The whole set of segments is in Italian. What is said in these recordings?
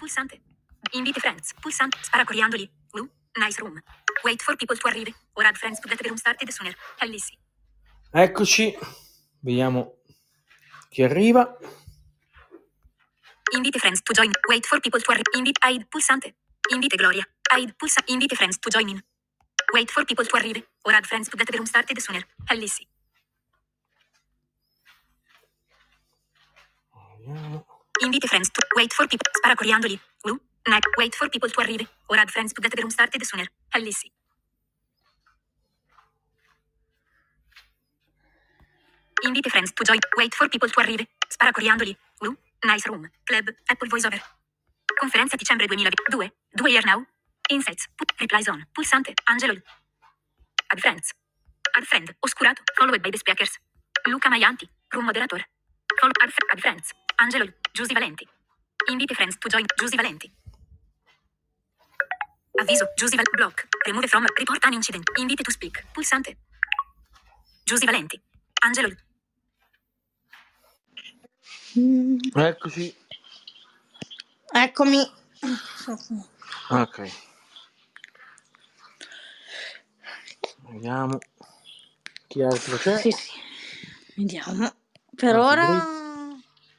pulsante. Invite friends, pulsante. Spara coriandoli. Nice room. Wait for people to arrive. Or add friends to get the room started sooner. Ellissi. Eccoci, vediamo chi arriva. Invite friends to join. Wait for people to arrive. Invite aid, pulsante. Invite Gloria. Aid, pulsante. Invite friends to join in. Wait for people to arrive. Or add friends to get the room started sooner. Ellissi. Invite friends to wait for people. Spara coriandoli. Wait for people to arrive. Or add friends to get the room started sooner. Ellissi. Invite friends to join. Wait for people to arrive. Spara coriandoli. Nice room. Club. Apple VoiceOver. Conferenza dicembre 2022. 2 year now. Insights. Reply zone. Pulsante. Angelo. Add friends. Add friend. Oscurato. Followed by the speakers. Luca Maianti. Room moderator. Follow. Add friends. Angelo. Giusy Valenti. Invite friends to join. Giusy Valenti. Avviso. Giusy Block. Remove from. Report an incident. Invite to speak. Pulsante. Giusy Valenti. Angelo. Eccoci. Eccomi. Ok. Vediamo chi altro c'è. Sì. Vediamo. Per Ah, ora...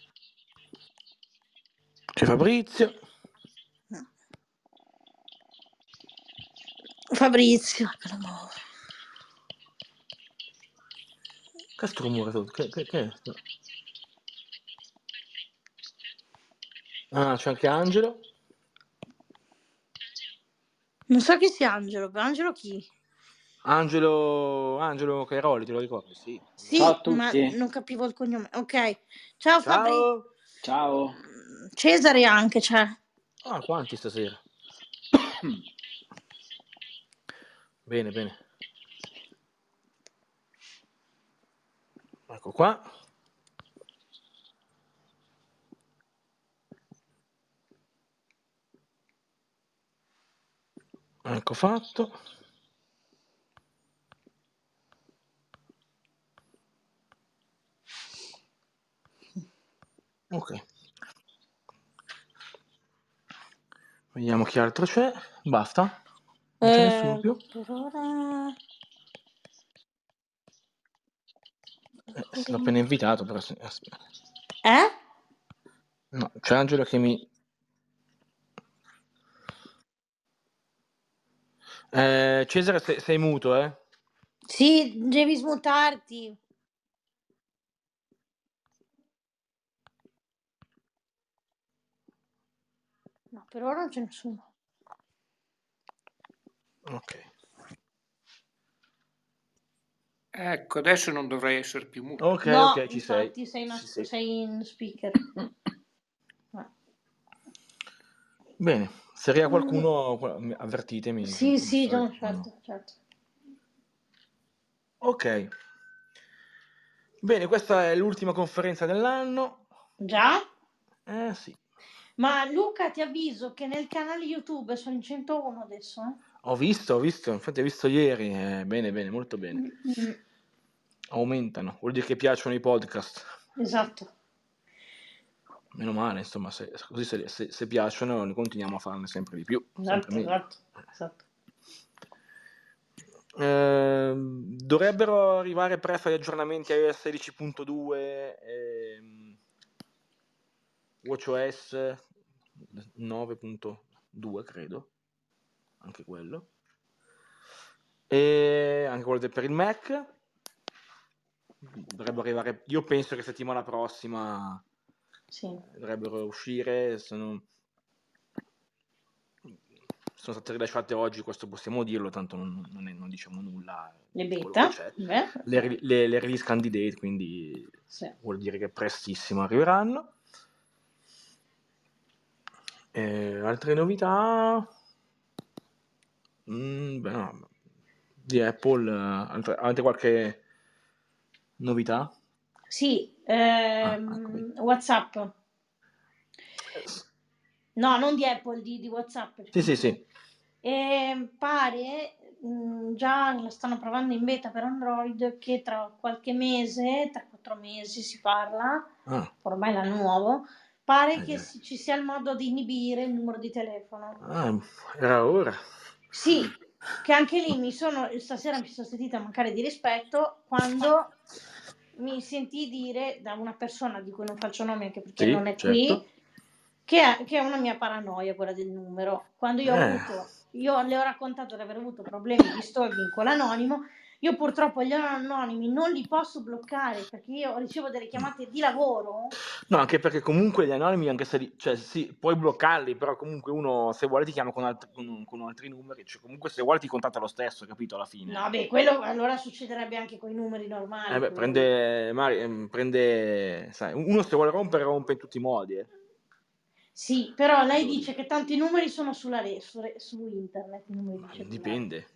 C'è Fabrizio. Fabrizio. Che nuovo. Che sto rumore sotto? Che è? Ah, c'è anche Angelo. Non so chi sia Angelo. Per Angelo chi? Angelo Cairoli, te lo ricordi? Sì. Sì, Ciao a ma tutti. non capivo il cognome. Ok. Ciao Fabrizio. Ciao. Cesare anche c'è. Ah, quanti stasera? Bene. Ecco qua. Ecco fatto. Ok. Vediamo chi altro c'è. Basta? Non c'è nessuno più? Per ora... È stato appena invitato, però... Aspetta. No, c'è Angelo che mi... Cesare, sei muto, eh? Sì, devi smutarti. No, per ora non c'è nessuno. Ok. Ecco, adesso non dovrei essere più muto. Ok, ci sei. Infatti sei in speaker. Bene, se arriva qualcuno, avvertitemi. Sì, no, certo. Ok. Bene, questa è l'ultima conferenza dell'anno. Già? Sì. Ma Luca, ti avviso che nel canale YouTube sono in 101 adesso. Ho visto, infatti ho visto ieri. Bene, molto bene. Aumentano, vuol dire che piacciono i podcast. Esatto. Meno male, insomma, se piacciono, noi continuiamo a farne sempre di più. Esatto. Dovrebbero arrivare presto gli aggiornamenti iOS 16.2 e WatchOS 9.2, credo, anche quello, e anche quello per il Mac. Dovrebbero arrivare, io penso che settimana prossima dovrebbero uscire. Sono state rilasciate oggi, questo possiamo dirlo, tanto non diciamo nulla. Le beta? Le release candidate, quindi vuol dire che prestissimo arriveranno. Altre novità? No. Di Apple, avete qualche novità? Sì, Ecco. WhatsApp. No, non di Apple, di WhatsApp. Sì. E pare, già la stanno provando in beta per Android, che tra qualche mese, tra 4 mesi si parla, ormai l'anno nuovo, pare che ci sia il modo di inibire il numero di telefono. Era ora. Sì, che anche lì stasera mi sono sentita mancare di rispetto quando mi sentì dire da una persona di cui non faccio nome anche perché Sì, non è certo. qui, che è una mia paranoia quella del numero. Quando io le ho raccontato di aver avuto problemi di stalking con l'anonimo, io purtroppo gli anonimi non li posso bloccare perché io ricevo delle chiamate di lavoro. No, anche perché comunque gli anonimi, anche se cioè sì, puoi bloccarli, però comunque uno se vuole ti chiama con altri numeri, cioè comunque se vuole ti contatta lo stesso, capito, alla fine. No, beh, quello allora succederebbe anche con i numeri normali. Prende, sai, uno se vuole rompere rompe in tutti i modi. Sì, però lei dice che tanti numeri sono su internet, i numeri di cellulare. Dipende.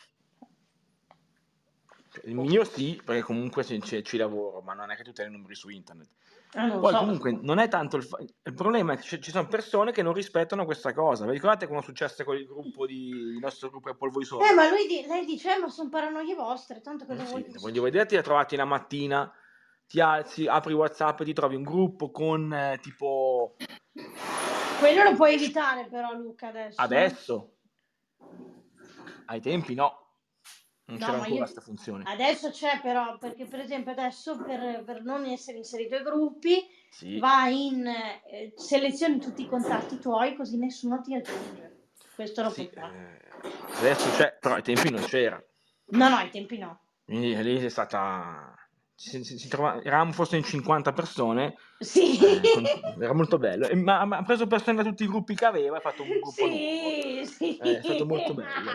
Il mio sì, perché comunque ci lavoro, ma non è che tutti hanno i numeri su internet. Poi comunque non è tanto il problema, è che ci sono persone che non rispettano questa cosa. Vi ricordate come è successo con il gruppo il nostro gruppo Apple Voice Over? Ma lei dice, ma sono paranoie vostre, tanto che voglio vederti, la trovati la mattina, ti alzi, apri WhatsApp e ti trovi un gruppo con tipo... Quello lo puoi evitare però, Luca, adesso. Adesso? Ai tempi no. Non c'era ancora questa funzione. Adesso c'è però, perché per esempio adesso per non essere inserito ai gruppi, vai in selezioni tutti i contatti tuoi così nessuno ti aggiunge. Questo lo puoi fare. Adesso c'è, però ai tempi non c'era. No, ai tempi no. Quindi lì è stata... eravamo forse in 50 persone. Sì. Era molto bello. Ma ha preso persone da tutti i gruppi che aveva e ha fatto un gruppo nuovo. Sì. È stato molto bello.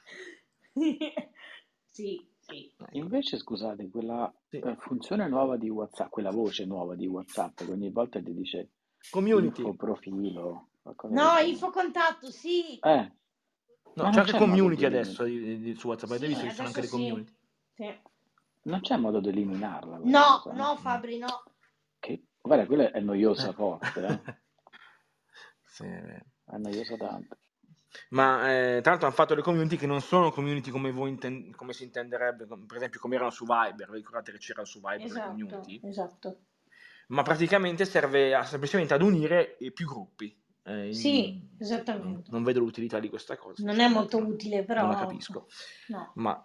Sì. Invece scusate, quella funzione nuova di WhatsApp, quella voce nuova di WhatsApp che ogni volta ti dice community, info profilo, info contatto, sì. No, c'è anche community adesso su WhatsApp, avete visto che ci sono anche le community? Sì. Non c'è modo di eliminarla? No, Fabri, no. Guarda, quella è noiosa forte, Sì, è noiosa tanto. Ma tra l'altro hanno fatto le community che non sono community come come si intenderebbe, per esempio come erano su Viber, vi ricordate che c'erano su Viber le community? Esatto. Ma praticamente serve semplicemente ad unire più gruppi. Sì, esattamente. Non vedo l'utilità di questa cosa. Non è molto utile, però. Non la capisco. No. Ma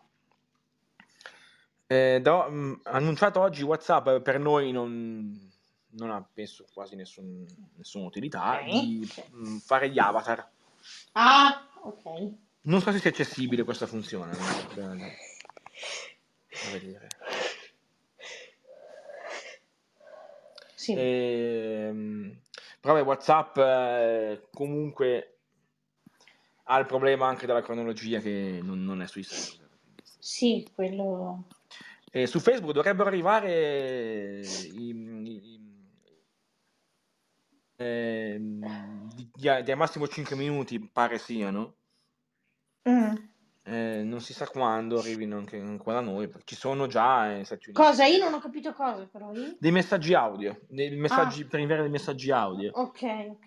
annunciato oggi WhatsApp per noi non ha penso quasi nessuna utilità di fare gli avatar. Ok. Non so se sia accessibile questa funzione. A vedere. Sì. Però WhatsApp comunque ha il problema anche della cronologia che non è sui server. Sì, quello... E su Facebook dovrebbero arrivare di massimo 5 minuti, pare siano. Non si sa quando arrivino anche qua da noi, perché ci sono già in Stati Uniti. Cosa? Io non ho capito cosa, però. Dei messaggi audio, per inviare dei messaggi audio. Ok.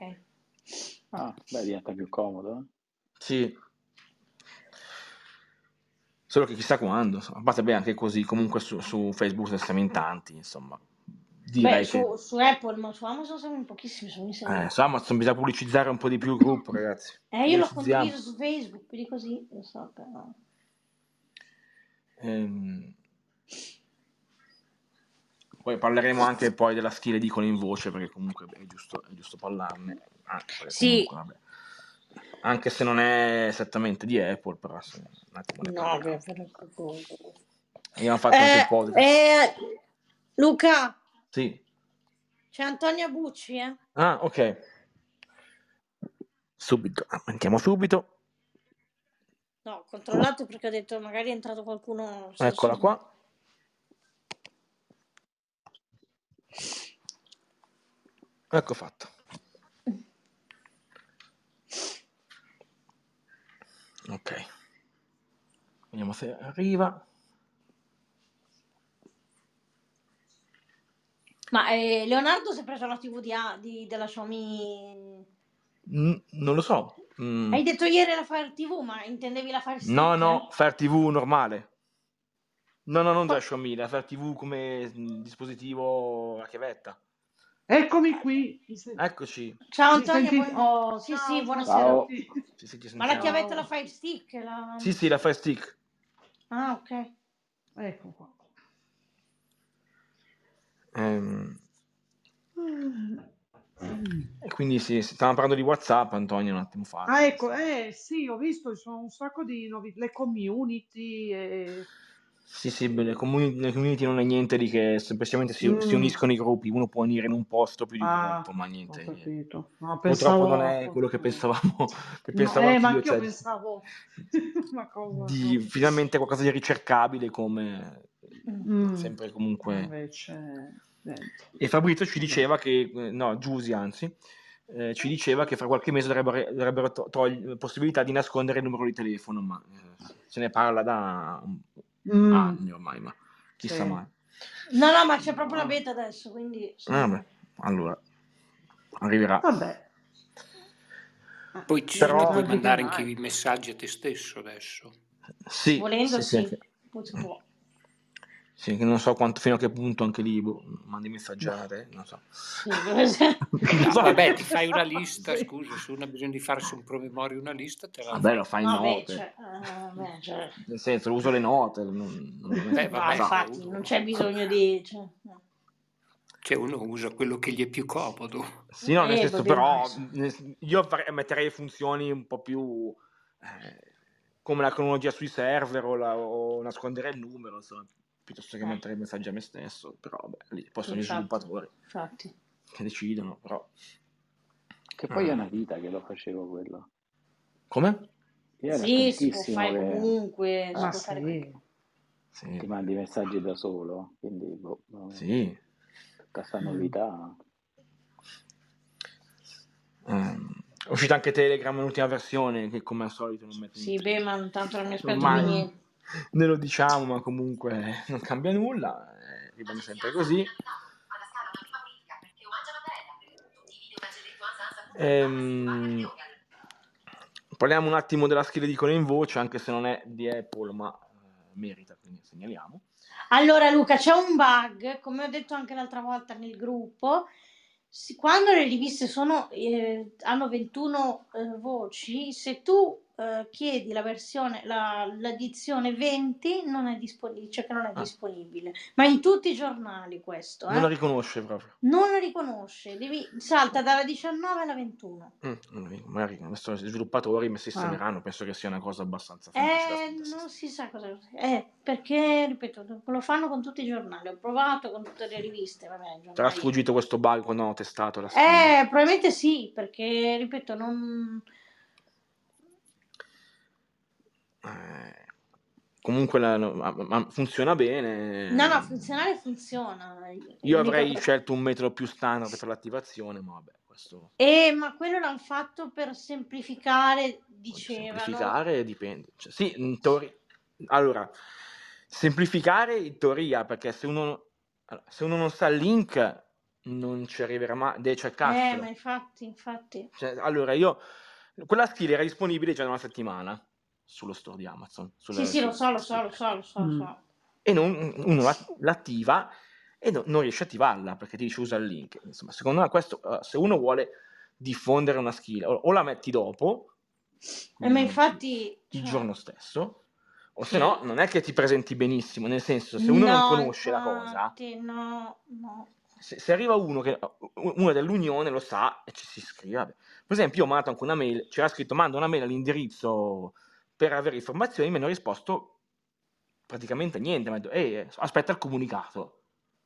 Beh, diventa più comodo. Sì. Solo che chissà quando. Basta bene anche così, comunque su Facebook siamo in tanti, insomma. Direi su Apple, ma su Amazon siamo in pochissimi. Su Amazon bisogna pubblicizzare un po' di più il gruppo, ragazzi. Io l'ho condiviso su Facebook, quindi così, lo so, però... Poi parleremo anche poi della skill edicono in voce, perché comunque è giusto parlarne. Sì. Comunque, vabbè. Anche se non è esattamente di Apple, però un attimo ne parliamo. Abbiamo fatto anche il podcast. Luca. Sì. C'è Antonia Bucci, ok. Subito, andiamo subito. No, ho controllato perché ho detto magari è entrato qualcuno. Eccola qua. Ecco fatto. Ok. Vediamo se arriva. Ma Leonardo si è preso la TV della Xiaomi? Non lo so. Hai detto ieri la Fire TV, ma intendevi la Fire Stick? No, Fire TV normale. No, non da Xiaomi, la Fire TV come dispositivo a chiavetta. Eccomi qui. Eccoci. Ciao Mi Antonio, sentite? Oh, sì, ciao, buonasera. Ciao. Sì, ti Ma la sentiamo. chiavetta la Fire Stick? Sì, la Fire Stick. Ah, ok. Ecco qua. E quindi stavamo parlando di WhatsApp, Antonio, un attimo fa. Ah, ecco, sì, ho visto, ci sono un sacco di le community e... Sì, le community non è niente di che, semplicemente si uniscono i gruppi, uno può unire in un posto più di un gruppo, ma ho niente. capito. No, Purtroppo non pensavo... è quello che pensavamo, che No, pensavo ma anch'io, anch'io cioè pensavo una cosa... di finalmente qualcosa di ricercabile come sempre comunque. Invece... niente. E Fabrizio ci diceva che, no, Giusy anzi, ci diceva che fra qualche mese dovrebbero possibilità di nascondere il numero di telefono, ma se ne parla da anni ormai, ma chissà Sì. mai. No, ma c'è proprio la beta adesso, quindi... Vabbè, allora, arriverà. Vabbè. Poi Però- puoi mandare anche i messaggi a te stesso adesso. Sì, Volendo sì. poi si può. Sì, che non so fino a che punto anche lì mandi messaggi a te, non so. Sì, No, vabbè, ti fai una lista, Sì. scusa, se uno ha bisogno di farsi un promemoria, una lista, te la Vabbè, fai. lo fai in note. Nel senso, uso le note. Beh, No, vabbè, infatti, non c'è bisogno di... no. Cioè uno usa quello che gli è più comodo. Sì, no, nel senso, vabbè, però io metterei funzioni un po' più come la cronologia sui server o nascondere il numero, insomma, piuttosto che mettere i messaggi a me stesso. Però, vabbè, lì poi sono i sviluppatori Infatti. che decidono, però. Che poi è una vita che lo facevo quello. Come? Io era Sì, si può tantissimo fare che comunque, si Ma può fare sì. Sì. ti mandi i messaggi da solo, quindi Sì. tutta questa novità. È uscita anche Telegram nell'ultima versione, che come al solito non mette Sì, niente. ma tanto non mi aspetto Ormai più niente. ne lo diciamo, ma comunque non cambia nulla, rimane sempre così. Parliamo un attimo della skill di Dicono in Voce, anche se non è di Apple, ma merita, quindi segnaliamo. Allora Luca, c'è un bug, come ho detto anche l'altra volta nel gruppo, quando le riviste hanno 21 voci, se tu chiedi la versione, l'edizione 20 non è disponibile, cioè che non è disponibile, ma in tutti i giornali questo. Non la riconosce proprio. Non la riconosce, salta dalla 19 alla 21. Magari adesso gli sviluppatori mi sistemeranno, penso che sia una cosa abbastanza semplice. Non si sa cosa perché, ripeto, lo fanno con tutti i giornali, ho provato con tutte le riviste, vabbè, Ti era sfuggito questo bug quando ho testato la skill? Probabilmente sì, perché, ripeto, non... Comunque funziona bene. No, funziona. Io avrei scelto un metodo più standard per l'attivazione, ma vabbè, questo... ma quello l'hanno fatto per semplificare, dicevano. Semplificare dipende. Cioè, sì, in teoria... Allora, semplificare in teoria, perché se uno non sa il link non ci arriverà mai, deve cercarselo. Ma infatti. Cioè, allora, quella skill era disponibile già da una settimana sullo store di Amazon. Sì, lo so. E uno l'attiva e non riesce a attivarla perché ti dice usa il link. Insomma, secondo me questo, se uno vuole diffondere una skill, o la metti dopo, ma infatti il giorno stesso, o se no non è che ti presenti benissimo, nel senso, se uno no, non conosce infatti, la cosa, no. Se arriva uno dell'Unione lo sa e ci si iscrive. Vabbè. Per esempio, io ho mandato anche una mail, c'era scritto manda una mail all'indirizzo per avere informazioni, me ne ho risposto praticamente niente, mi ha detto aspetta il comunicato.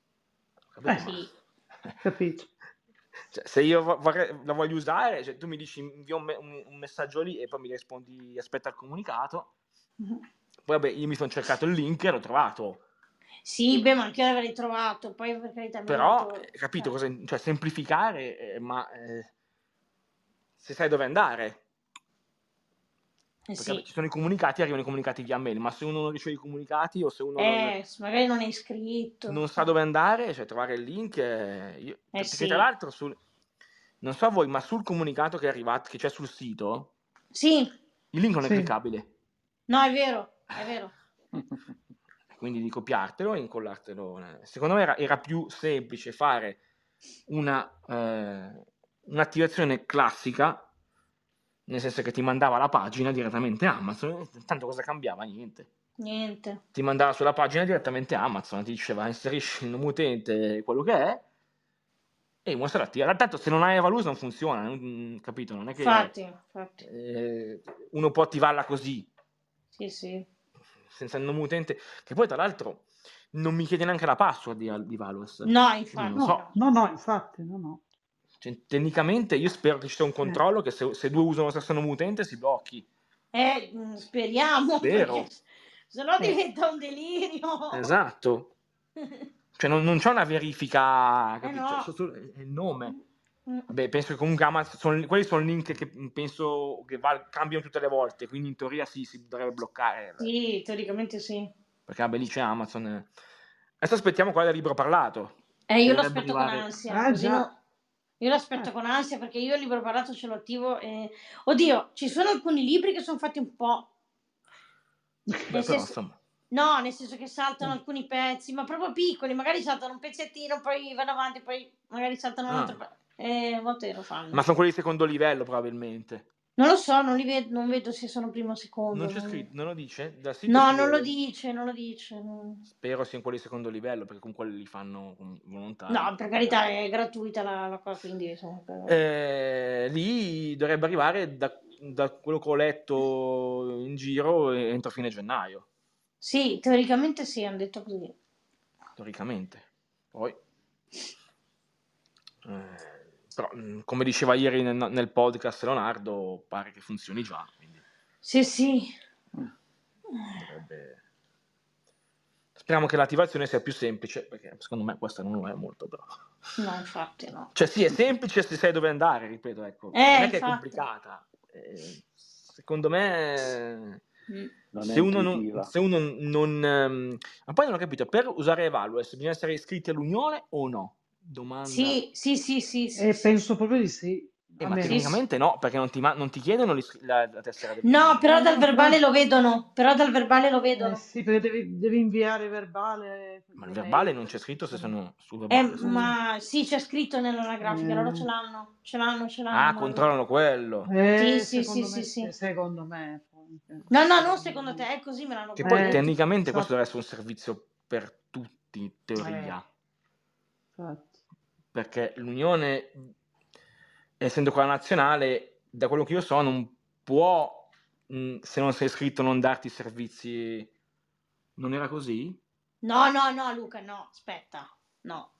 Capito. Cioè, se io la voglio usare, cioè, tu mi dici invia un messaggio lì e poi mi rispondi aspetta il comunicato. Poi vabbè, io mi sono cercato il link e l'ho trovato. Sì, ma anche io l'avrei trovato, poi per carità. Però, capito cosa? Cioè, semplificare, ma se sai dove andare. Perché ci sono i comunicati, arrivano i comunicati via mail, ma se uno non riceve i comunicati o se uno magari non è iscritto, non sa dove andare, cioè trovare il link, perché tra l'altro non so voi, ma sul comunicato che è arrivato, che c'è sul sito, sì, il link non è cliccabile. No, è vero. Quindi di copiartelo e incollartelo. Secondo me era più semplice fare un'attivazione classica, nel senso che ti mandava la pagina direttamente Amazon, tanto cosa cambiava? Niente. Ti mandava sulla pagina direttamente Amazon, ti diceva inserisci il nome utente, quello che è, e uno se la attiva. Tanto se non hai Evalus non funziona, capito? Non è che Infatti. uno può attivarla così, Sì. senza il nome utente, che poi tra l'altro non mi chiede neanche la password di Valus. No, infatti. Non so. No, infatti, no. Cioè, tecnicamente io spero che ci sia un controllo che se due usano lo stesso nome utente si blocchi. Speriamo, Spero. perché sennò diventa un delirio. Esatto. Cioè non c'è una verifica, capito? No. Cioè, è il nome. Beh, penso che comunque Amazon, quelli sono link che penso che cambiano tutte le volte, quindi in teoria sì, si dovrebbe bloccare. Sì, teoricamente sì. Perché lì c'è Amazon. Adesso aspettiamo quella del libro parlato. Io lo aspetto con ansia. Già. Io lo aspetto con ansia perché io il libro parlato ce l'ho attivo e... Oddio, ci sono alcuni libri che sono fatti un po'... Beh, però, insomma. No, nel senso che saltano alcuni pezzi, ma proprio piccoli, magari saltano un pezzettino, poi vanno avanti, poi magari saltano un altro pezzo. A volte lo fanno. Ma sono quelli di secondo livello probabilmente. Non lo so, non vedo se sono primo o secondo. Non c'è scritto, non lo dice? Dal sito no, non lo dice. Spero siano quelli di secondo livello, perché con quelli li fanno volontari. No, per carità, è gratuita la cosa, quindi insomma, lì dovrebbe arrivare da quello che ho letto in giro entro fine gennaio. Sì, teoricamente sì, hanno detto così. Teoricamente. Poi... però, come diceva ieri nel podcast Leonardo, pare che funzioni già. Quindi sì. Dovrebbe... Speriamo che l'attivazione sia più semplice, perché secondo me questa non lo è molto, però. No, infatti no. Cioè sì, è semplice se sai dove andare, ripeto, ecco. Non è che è complicata. Secondo me... Se uno non ma poi non ho capito, per usare Evalus bisogna essere iscritti all'Unione o no? Domanda. Sì. Penso proprio di sì. Ma tecnicamente no, perché non ti chiedono la tessera del No, però dal verbale lo vedono. Sì, perché devi inviare verbale. Ma il verbale non c'è scritto se sono sul verbale. Ma sì, c'è scritto nell'anagrafica, loro ce l'hanno. Ah, controllano quello. Sì. Secondo me. No, non secondo te, è così me l'hanno Che poi tecnicamente questo deve essere un servizio per tutti, in teoria. Perché l'Unione, essendo quella nazionale, da quello che io so, non può, se non sei iscritto, non darti servizi. Non era così? No, Luca, no, aspetta, no.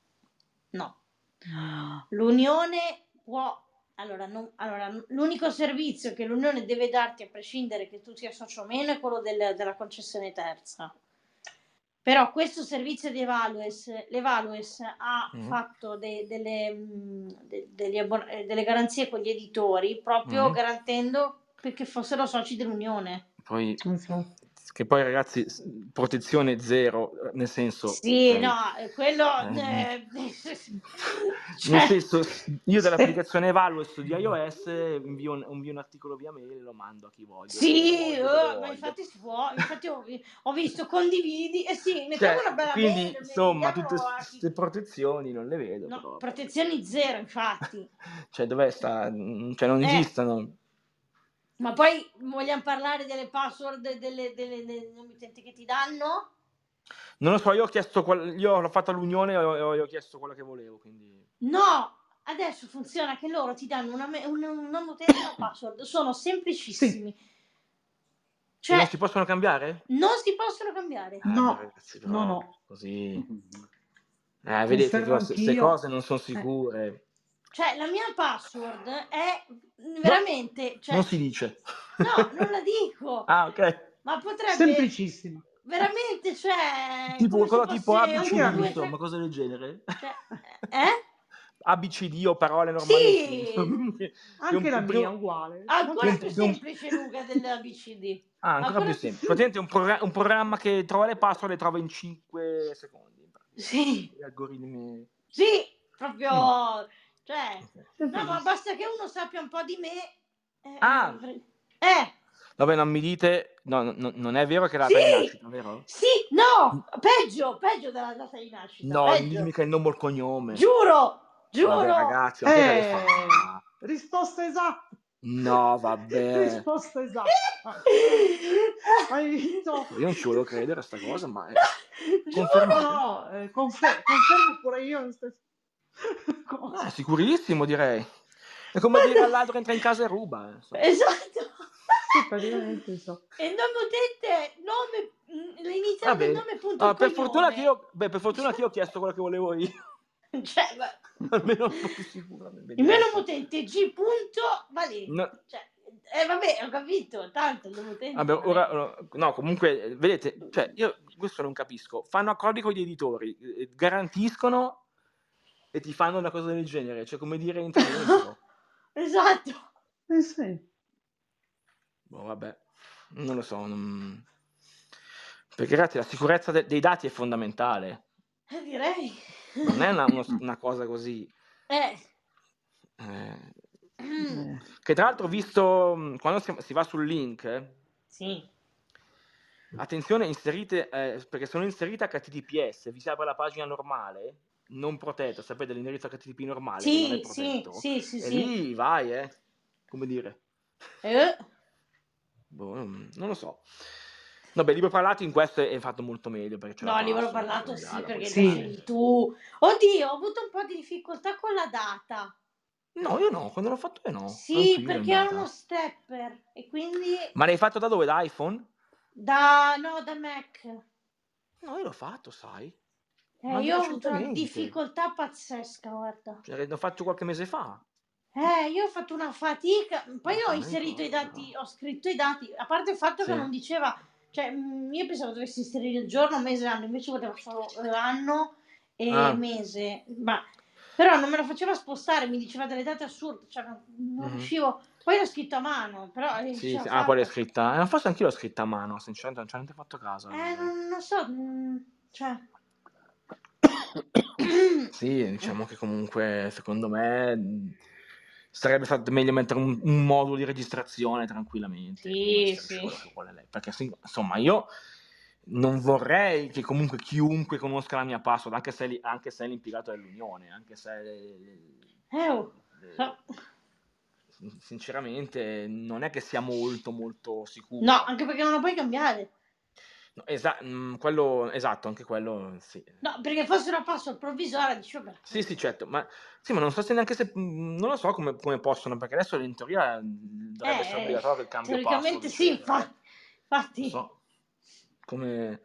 L'Unione può... Allora, l'unico servizio che l'Unione deve darti, a prescindere che tu sia socio o meno, è quello della concessione terza. Però questo servizio di l'Evalus ha fatto delle garanzie con gli editori, proprio garantendo che fossero soci dell'Unione. Poi, che poi ragazzi, protezione zero, nel senso... Sì, okay. No, quello... nel senso, io dall'applicazione Evalus di iOS invio un articolo via mail e lo mando a chi voglio. Sì, ma infatti si può, infatti ho visto condividi e sì, mettiamo una bella quindi, mail. Insomma, tutte queste protezioni non le vedo. No, però. protezioni zero, infatti. Cioè, dov'è sta? Cioè, non esistono. Ma poi vogliamo parlare delle password delle utenti che ti danno? Non lo so, io l'ho fatto all'Unione e ho chiesto quello che volevo, quindi... No, adesso funziona che loro ti danno un utente e una password, sono semplicissimi. Sì. Cioè, non si possono cambiare? Non si possono cambiare. No, ragazzi, però, no. Così... vedete, queste cose non sono sicure. Cioè, la mia password è veramente... Cioè, non si dice. No, non la dico. Ah, ok. Ma potrebbe... Semplicissima. Veramente, cioè... Tipo ABCD, insomma, cose del genere. Cioè, ABCD o parole normali. Sì. Anche la mia è uguale. Ancora più semplice, Luca, dell'ABCD. Ancora più semplice. Praticamente un programma che trova le password e trova in 5 secondi. Sì. Gli algoritmi. Sì, proprio... Cioè, no, ma basta che uno sappia un po' di me. Vabbè, non mi dite, no, non è vero che la data di nascita, vero? Sì, no, peggio della data di nascita. No, non ditemi che è il nome o il cognome. Giuro. Giuro! Vabbè, ragazzi, ma che le fa? Risposta esatta. No, vabbè. Risposta esatta. Hai vinto. Io non ci volevo credere a sta cosa, ma è Giuro! confermato. No, confermo pure io la stessa cosa. Sicurissimo, direi. È come dire all'altro entra in casa e ruba. Insomma. Esatto. Sì, praticamente so. E il nome utente, nome, l'iniziale del nome punto il per fortuna cognome. per fortuna che io ho chiesto quello che volevo io. Cioè, Almeno un po' più sicuro. il mio nome utente G. Valenti. No. Cioè, vabbè, ho capito, tanto il nome utente. Vabbè, ora, no, comunque, vedete, cioè, io questo non capisco. Fanno accordi con gli editori, garantiscono e ti fanno una cosa del genere, cioè come dire entra dentro. Esatto. Sì. Boh, vabbè, non lo so. Perché ragazzi, la sicurezza dei dati è fondamentale. Direi. Non è una cosa così. Che tra l'altro ho visto quando si va sul link. Sì. Attenzione, inserite perché sono inserite HTTPS, vi si apre la pagina normale, non protetta, sapete l'indirizzo HTTP normale che non è protetto. Sì. Lì vai, come dire. Boh, non lo so. Vabbè, libro parlato in questo è fatto molto meglio. Perché no, libro parlato sì, perché sì. tu... Oddio, ho avuto un po' di difficoltà con la data. No, io no, quando l'ho fatto io no. Sì, perché era uno stepper e quindi... Ma l'hai fatto da dove? Da iPhone? Da Mac. No, io l'ho fatto, sai. Io ho avuto una difficoltà pazzesca, guarda. Cioè, l'ho fatto qualche mese fa. Io ho fatto una fatica, poi ho inserito i dati, ho scritto i dati, a parte il fatto che non diceva, cioè io pensavo dovessi inserire il giorno, mese, anno, invece poteva solo anno e mese, ma però non me lo faceva spostare, mi diceva delle date assurde, cioè non riuscivo, poi l'ho scritto a mano, però poi l'hai scritta, forse anch'io l'ho scritta a mano, sinceramente non ci ho neanche fatto caso. Non so, cioè... Sì, diciamo che comunque secondo me sarebbe stato meglio mettere un modulo di registrazione tranquillamente. Sì. Perché insomma io non vorrei che comunque chiunque conosca la mia password, anche se è l'impiegato dell'Unione, anche se sinceramente non è che sia molto molto sicuro. No, anche perché non lo puoi cambiare. No, esatto, anche quello sì. No, perché fosse una password provvisoria, dici vabbè. Sì, certo, ma non so se neanche se non lo so come possono, perché adesso in teoria dovrebbe essere obbligatorio il cambio teoricamente password. Sì, infatti. Non so come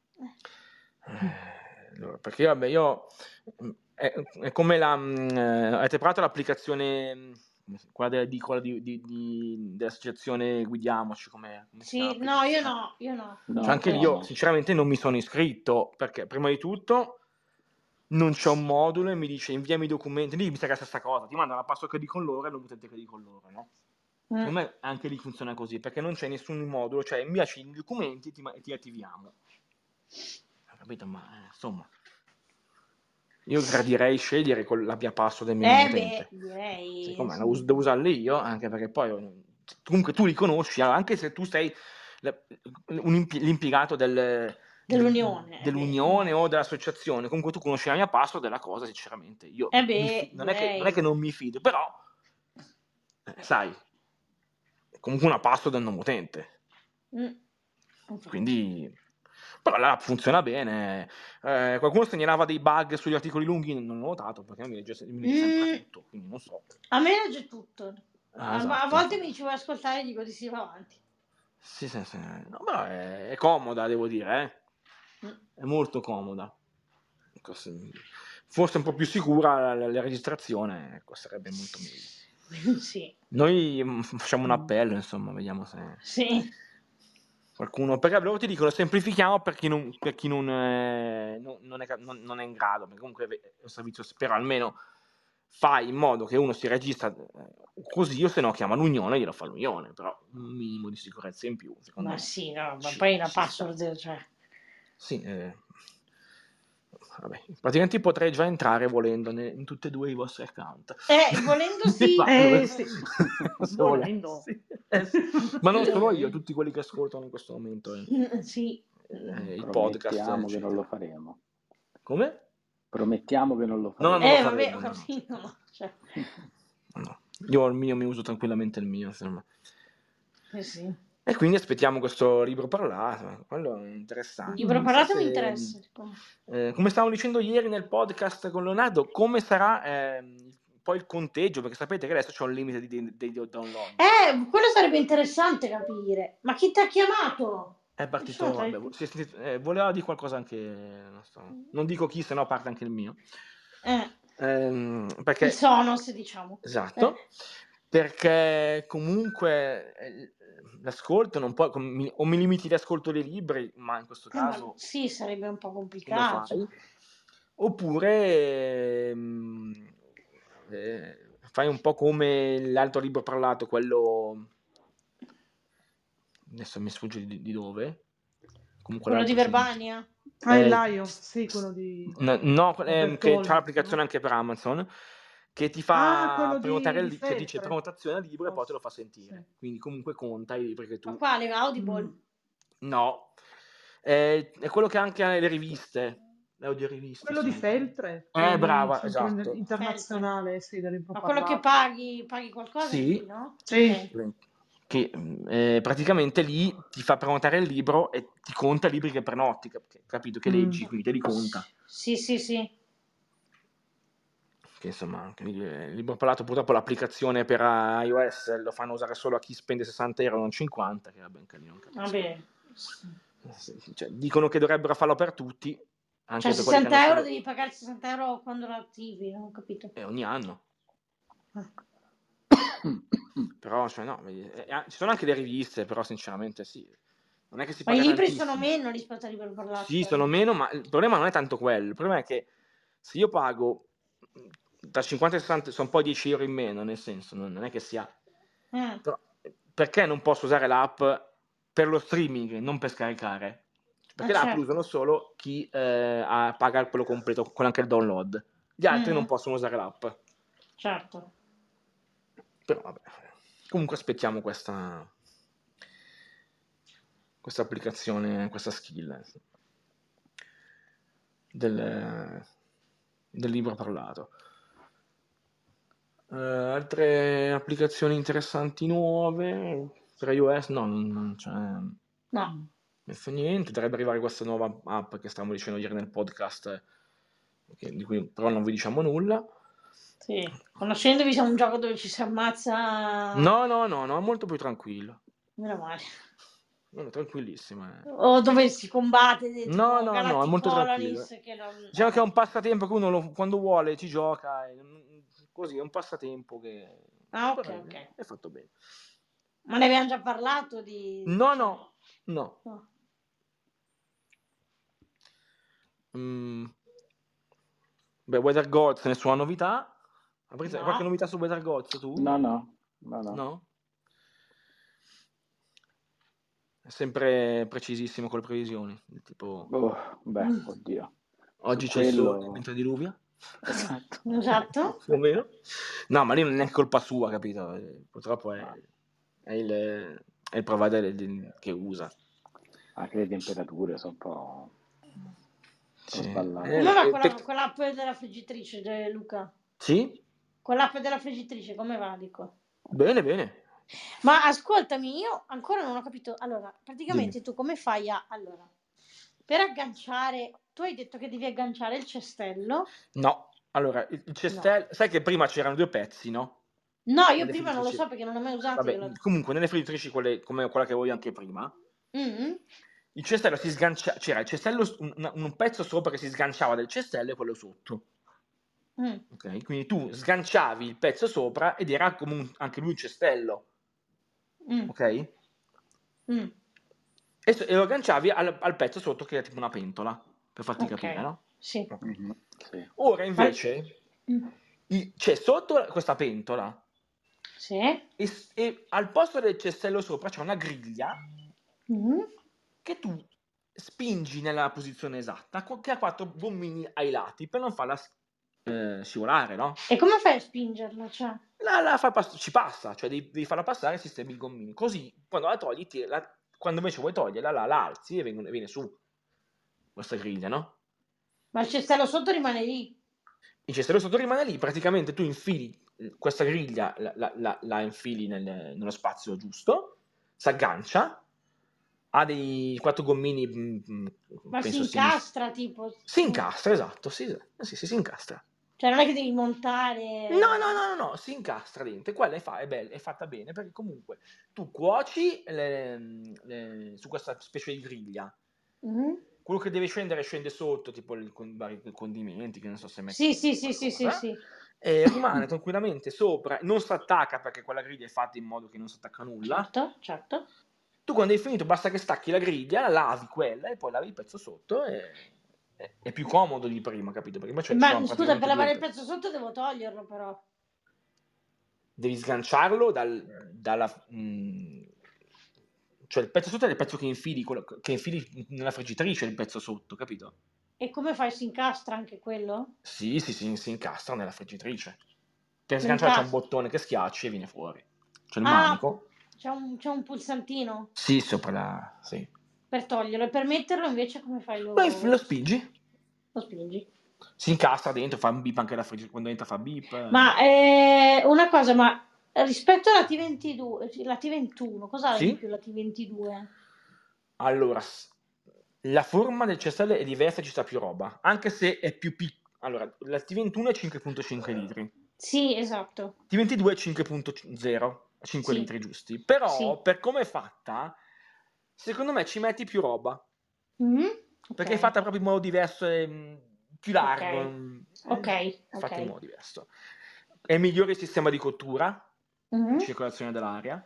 perché vabbè, io è come avete provato l'applicazione quella dell'associazione Guidiamoci, come sì, no, io no. Cioè, anche io sinceramente non mi sono iscritto perché prima di tutto non c'è un modulo e mi dice inviami i documenti, lì mi sa che è la stessa cosa, ti manda la password che dicono loro e l'utente che dicono loro, no? Secondo me anche lì funziona così, perché non c'è nessun modulo, cioè inviaci i documenti e ti attiviamo. Ho capito, ma insomma, io gradirei scegliere la mia password del mio utente. Direi. Siccome devo usarle io, anche perché poi comunque tu li conosci, anche se tu sei l'impiegato dell'unione o dell'associazione, comunque tu conosci la mia password della cosa, sinceramente io non è che non mi fido, però sai, comunque una password del nome utente, quindi però l'app funziona bene. Qualcuno segnalava dei bug sugli articoli lunghi, non l'ho notato perché mi legge sempre tutto, quindi non so. A me legge tutto. Esatto. A volte mi ci vuoi ascoltare e dico di sì, va avanti. Sì. No, però è comoda, devo dire, è molto comoda. Forse un po' più sicura la registrazione, sarebbe molto meglio. Sì. Noi facciamo un appello, insomma, vediamo se qualcuno, perché loro ti dicono semplifichiamo per chi non è in grado, perché comunque è un servizio, però almeno fai in modo che uno si registra così, o se no chiama l'Unione e glielo fa l'Unione, però un minimo di sicurezza in più, secondo me. Sì, no, ma poi la password, cioè... Sì, vabbè, praticamente potrei già entrare volendo in tutti e due i vostri account. Volendo sì. Sì. Volendo. Sì. Ma non solo io, tutti quelli che ascoltano in questo momento. Sì. Il podcast. Che non lo faremo. Come? Promettiamo che non lo No, faremo. non lo vabbè, faremo, ho no. capito, ma cioè, No. Io ho il mio, mi uso tranquillamente il mio, insomma. sì. E quindi aspettiamo questo libro parlato, quello è interessante. Libro Chissà parlato mi se, interessa. come stavamo dicendo ieri nel podcast con Leonardo, come sarà poi il conteggio, perché sapete che adesso c'è un limite dei download. Quello sarebbe interessante capire. Ma chi ti ha chiamato? È partito, vabbè, voleva dire qualcosa anche, non dico chi, se no parte anche il mio. Perché, il Sonos, diciamo. Esatto, perché comunque l'ascolto non può, o mi limiti l'ascolto dei libri, ma in questo caso sì, sarebbe un po' come complicato. fai? Oppure fai un po' come l'altro libro parlato, quello, adesso mi sfugge di dove, comunque Quello di l'altro Verbania? Il Lions, sì, quello di no, che Bertoldi, c'ha l'applicazione no? anche per Amazon, che ti fa quello prenotare di cioè dice Feltre. prenotazione al libro e poi te lo fa Sì. sentire. Quindi comunque conta i libri che tu... Ma quale? Audible? No, è quello che ha anche le riviste, le audioriviste. Quello di sì. Feltre, quello Brava, sempre esatto. internazionale, sì, del libro Ma quello che parlato. paghi qualcosa Sì. lì, no? Sì. Ok. Che praticamente lì ti fa prenotare il libro e ti conta i libri che prenoti, capito? Che leggi, quindi te li conta. Sì. Che insomma, il libro parlato, purtroppo l'applicazione per iOS lo fanno usare solo a chi spende 60 euro, non 50, che va ben carino, non capisco. Vabbè. Cioè, dicono che dovrebbero farlo per tutti, anche Cioè, per quelli che 60 hanno euro solo... devi pagare 60 euro quando lo attivi, non ho capito. ogni anno. Però, cioè, no, ci sono anche le riviste, però sinceramente sì. Non è che si Ma i paga libri tantissimo. sono meno rispetto al libro parlato. Sì, sono meno, ma il problema non è tanto quello. Il problema è che se io pago da 50 a 60, sono poi 10 euro in meno, nel senso, non è che sia... Però, perché non posso usare l'app per lo streaming, non per scaricare? Perché l'app certo. usano solo chi paga quello completo, con anche il download. Gli altri non possono usare l'app. Certo. Però vabbè. Comunque aspettiamo questa applicazione, questa skill del libro parlato. Altre applicazioni interessanti nuove per iOS? No, non c'è. No. Messo niente. Dovrebbe arrivare questa nuova app che stavamo dicendo ieri nel podcast, di cui però non vi diciamo nulla. Sì, conoscendovi siamo un gioco dove ci si ammazza. No, è molto più tranquillo. Meno male. No, tranquillissimo. O dove si combatte, tipo No, è Galactic molto tranquillo. Colonies, che non... Diciamo che è un passatempo che uno quando vuole ci gioca, così, è un passatempo che... ok. È fatto bene. Ma ne abbiamo già parlato di... No. Beh, Weather Gods, nessuna novità. Qualche novità su Weather Gods tu? No. No? È sempre precisissimo con le previsioni. Tipo... oddio. Oggi c'è il sole mentre diluvia. Esatto. Più o meno. No, ma lì non è colpa sua, capito? Purtroppo è il provider che usa. Anche le temperature sono un po' sballate. Come va quell'app della friggitrice, Luca? Sì? Quell'app della friggitrice, come va, dico? Bene. Ma ascoltami, io ancora non ho capito. Allora, praticamente tu come fai allora, per agganciare, tu hai detto che devi agganciare il cestello? No, allora, il cestello, sai che prima c'erano due pezzi, no? No, io prima non lo so perché non ho mai usato. Vabbè, comunque nelle friggitrici come quella che voglio anche prima, il cestello si sgancia, c'era il cestello, un pezzo sopra che si sganciava del cestello e quello sotto. Ok, quindi tu sganciavi il pezzo sopra ed era come anche lui un cestello. Ok? E lo agganciavi al pezzo sotto che era tipo una pentola, per farti capire, no? Sì. Sì. Ora invece c'è sotto questa pentola. Sì. E al posto del cestello sopra c'è una griglia che tu spingi nella posizione esatta, che ha 4 gommini ai lati per non farla scivolare, no? E come fai a spingerla? Cioè? Ci passa, cioè devi farla passare e sistemi il gommino. Così quando la togli, quando invece vuoi toglierla, la alzi e viene su questa griglia, no? Ma il cestello sotto rimane lì. Il cestello sotto rimane lì, praticamente tu infili questa griglia, la infili nello spazio giusto, si aggancia, ha dei 4 gommini, Ma si penso incastra tipo. si incastra, esatto, sì, si incastra. Cioè non è che devi montare. No, si incastra dentro. E quella è fatta bene perché comunque tu cuoci su questa specie di griglia. Mhm. Quello che deve scendere scende sotto, tipo i vari condimenti, che non so se Sì, metti sì. e rimane tranquillamente sopra, non si attacca perché quella griglia è fatta in modo che non si attacca nulla. Certo. Tu quando hai finito basta che stacchi la griglia, lavi quella e poi lavi il pezzo sotto e è più comodo di prima, capito? Perché poi Ma sono scusa, per praticamente lavare il due. pezzo sotto devo toglierlo però. Devi sganciarlo cioè il pezzo sotto è il pezzo che infili nella friggitrice, il pezzo sotto, capito? E come fai? Si incastra anche quello? Sì, si incastra nella friggitrice. Per Lo sganciare c'è un incastro. bottone che schiacci e viene fuori. C'è il Ah, manico. c'è un pulsantino Sì, sopra sì. per toglierlo. E per metterlo invece come fai? Poi lo spingi. Lo spingi. Si incastra dentro, fa un beep anche la friggitrice, quando entra fa beep. Ma una cosa, ma rispetto alla T22, la T21, cosa ha di Sì? più la T22? Allora, la forma del cestello è diversa, ci sta più roba, anche se è più piccola. Allora, la T21 è 5.5 litri, Sì, esatto. T22 è 5.0, 5 Sì. litri giusti. Però, Sì. per come è fatta, secondo me ci metti più roba. Mhm. Perché è Ok. fatta proprio in modo diverso, più largo. Ok. È fatta in modo diverso. È migliore il sistema di cottura, Mhm. di circolazione dell'aria.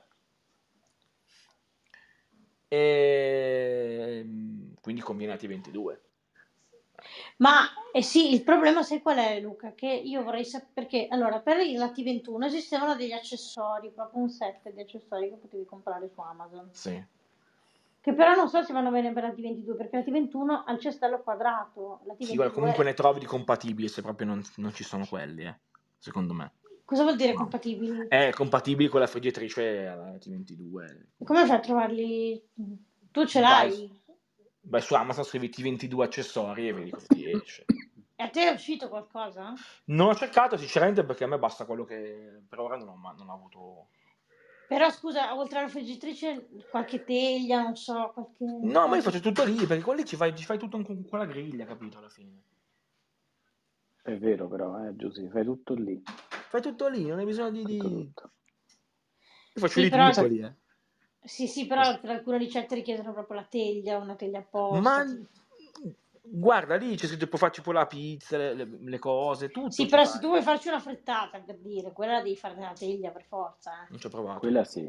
E quindi conviene a T22. Ma sì, il problema sai qual è, Luca? Che io vorrei sapere perché allora per la T21 esistevano degli accessori, proprio un set di accessori che potevi comprare su Amazon. Sì. Che però non so se vanno bene per la T22, perché la T21 ha il cestello quadrato, la Sì, guarda, T22 comunque ne trovi di compatibili se proprio non ci sono quelli, secondo me. Cosa vuol dire No. compatibili? È compatibile con la friggitrice alla T22. Come fai a trovarli? Tu ce Vai, l'hai? vai su Amazon, scrivi T22 accessori e vedi cosa ti esce. E a te è uscito qualcosa? Non ho cercato sinceramente perché a me basta quello che per ora non ho avuto. Però scusa, oltre alla friggitrice, qualche teglia, non so, qualche... No, ma io faccio tutto lì perché quelli ci fai tutto con quella griglia, capito? Alla fine. È vero però, Giuseppe, fai tutto lì. Fai tutto lì, non hai bisogno di. Tutto. Io faccio Sì, di però... tutto lì, Sì, però per alcune ricette richiedono proprio la teglia, una teglia apposta. Ma guarda, lì c'è scritto può farci poi la pizza, le cose, tutto Sì, ci però fai. se tu vuoi farci una frittata, per dire, quella la devi fare nella teglia per forza. Non ci ho provato. Quella sì.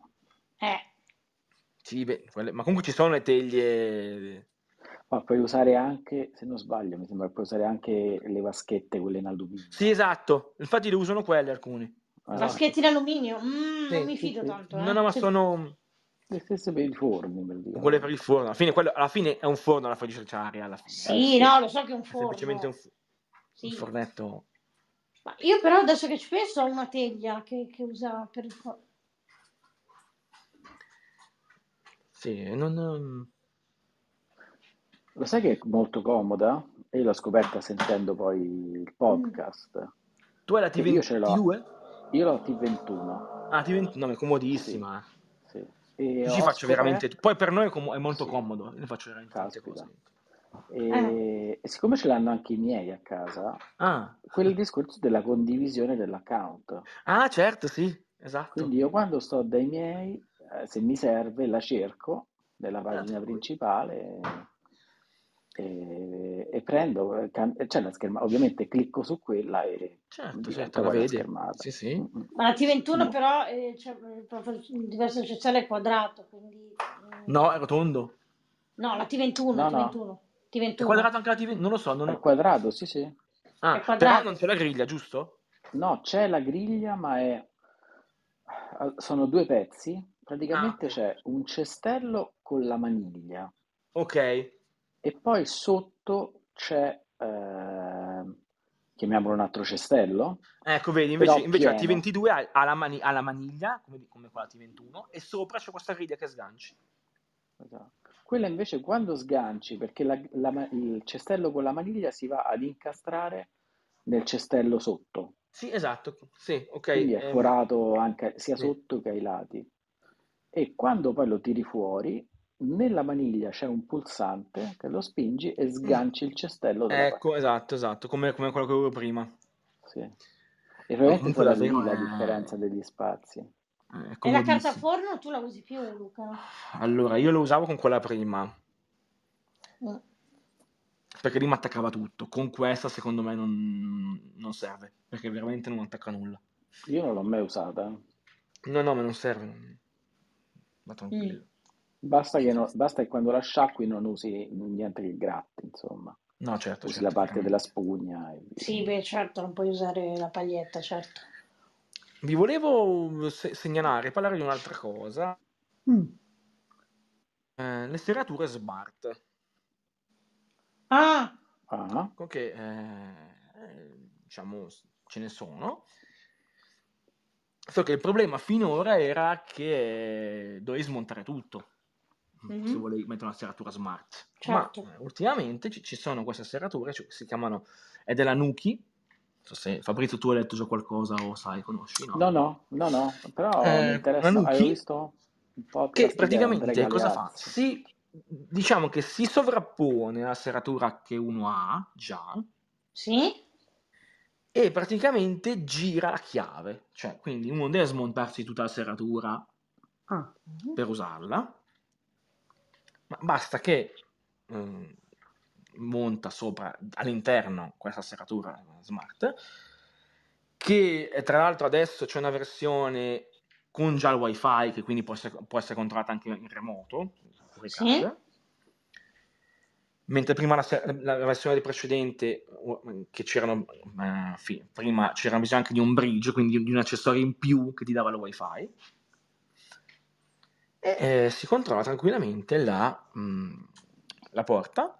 Sì, beh, ma comunque ci sono le teglie. Ma puoi usare anche, se non sbaglio, mi sembra che puoi usare anche le vaschette, quelle in alluminio. Sì, esatto. Infatti le usano quelle alcuni. Vaschetti in alluminio? Non mi Sì. fido tanto. No, ma sono le stesse per i forni, praticamente. quelle per il forno. Alla fine è un forno la friggitrice a aria alla fine. Sì, no, lo so che è un È forno. semplicemente un Sì. fornetto. Ma io però adesso che ci penso ho una teglia che usa per il forno. Sì, non. Lo sai che è molto comoda? E io l'ho scoperta sentendo poi il podcast. Tu hai la Che io ce l'ho. T22? Io l'ho T21. Ah, T20, no, è comodissima. Sì. E Io ci ho faccio veramente. scoperto... Poi per noi è molto Sì. comodo. Io faccio veramente tante Caspita. cose. E siccome ce l'hanno anche i miei a casa, Ah. quel discorso della condivisione dell'account. Ah, certo, sì, esatto. Quindi io quando sto dai miei, se mi serve, la cerco nella pagina principale e prendo, c'è la schermata, ovviamente clicco su quella e Certo, diventa la poi la vedi. schermata. Sì. Ma la T21 No. però c'è proprio il diverso cestello è quadrato, quindi... No, è rotondo. No, la T21, No, T21. È quadrato anche la TV? Non lo so. è quadrato, sì. Ah, È quadrato. però non c'è la griglia, giusto? No, c'è la griglia, ma sono due pezzi. Praticamente ok. c'è un cestello con la maniglia Ok. e poi sotto c'è, chiamiamolo un altro cestello, Ecco, vedi, invece però la pieno. T22 ha la maniglia, come quella T21, e sopra c'è questa griglia che sganci. esatto. Quella invece quando sganci, perché il cestello con la maniglia si va ad incastrare nel cestello sotto, Sì, esatto, sì, ok. quindi è forato anche sia Sì. sotto che ai lati. E quando poi lo tiri fuori, nella maniglia c'è un pulsante che lo spingi e sganci il cestello dalla parte. Ecco, esatto, come quello che avevo prima. Sì. E No, probabilmente comunque sarà davvero lì la differenza degli spazi. è E la carta comodissimo. forno tu la usi più, Luca? No? Allora, io lo usavo con quella prima, Mm. perché lì mi attaccava tutto. Con questa, secondo me, non serve, perché veramente non attacca nulla. Io non l'ho mai usata. No, ma non serve. Va Mm. tranquillo. Basta che quando la sciacqui non usi niente che gratti, insomma. No, certo, Usi la parte della chiaramente. spugna e via. Sì, beh, certo, non puoi usare la paglietta, certo. Vi volevo segnalare, parlare di un'altra cosa. Mm. Le serrature smart. Ah, Ah, Che diciamo ce ne sono. So che il problema finora era che dovevi smontare tutto se mhm, volevi mettere una serratura smart. Ma certo. ultimamente ci sono queste serrature, si chiamano, è della Nuki. Non so se Fabrizio tu hai letto già qualcosa o sai, conosci, no? no, però mi Una interessa. Avevo Nuki visto un che podcast di Andrea praticamente cosa fa? Galeazzi. Diciamo che si sovrappone alla serratura che uno ha già Sì? e praticamente gira la chiave, cioè quindi uno deve smontarsi tutta la serratura Ah. Mhm. per usarla, ma basta che monta sopra all'interno questa serratura smart, che tra l'altro adesso c'è una versione con già il wifi, che quindi può essere controllata anche in remoto, fuori Sì? casa. Mentre prima la versione precedente, che c'erano, prima c'era bisogno anche di un bridge, quindi di un accessorio in più che ti dava il wifi, e si controlla tranquillamente la porta.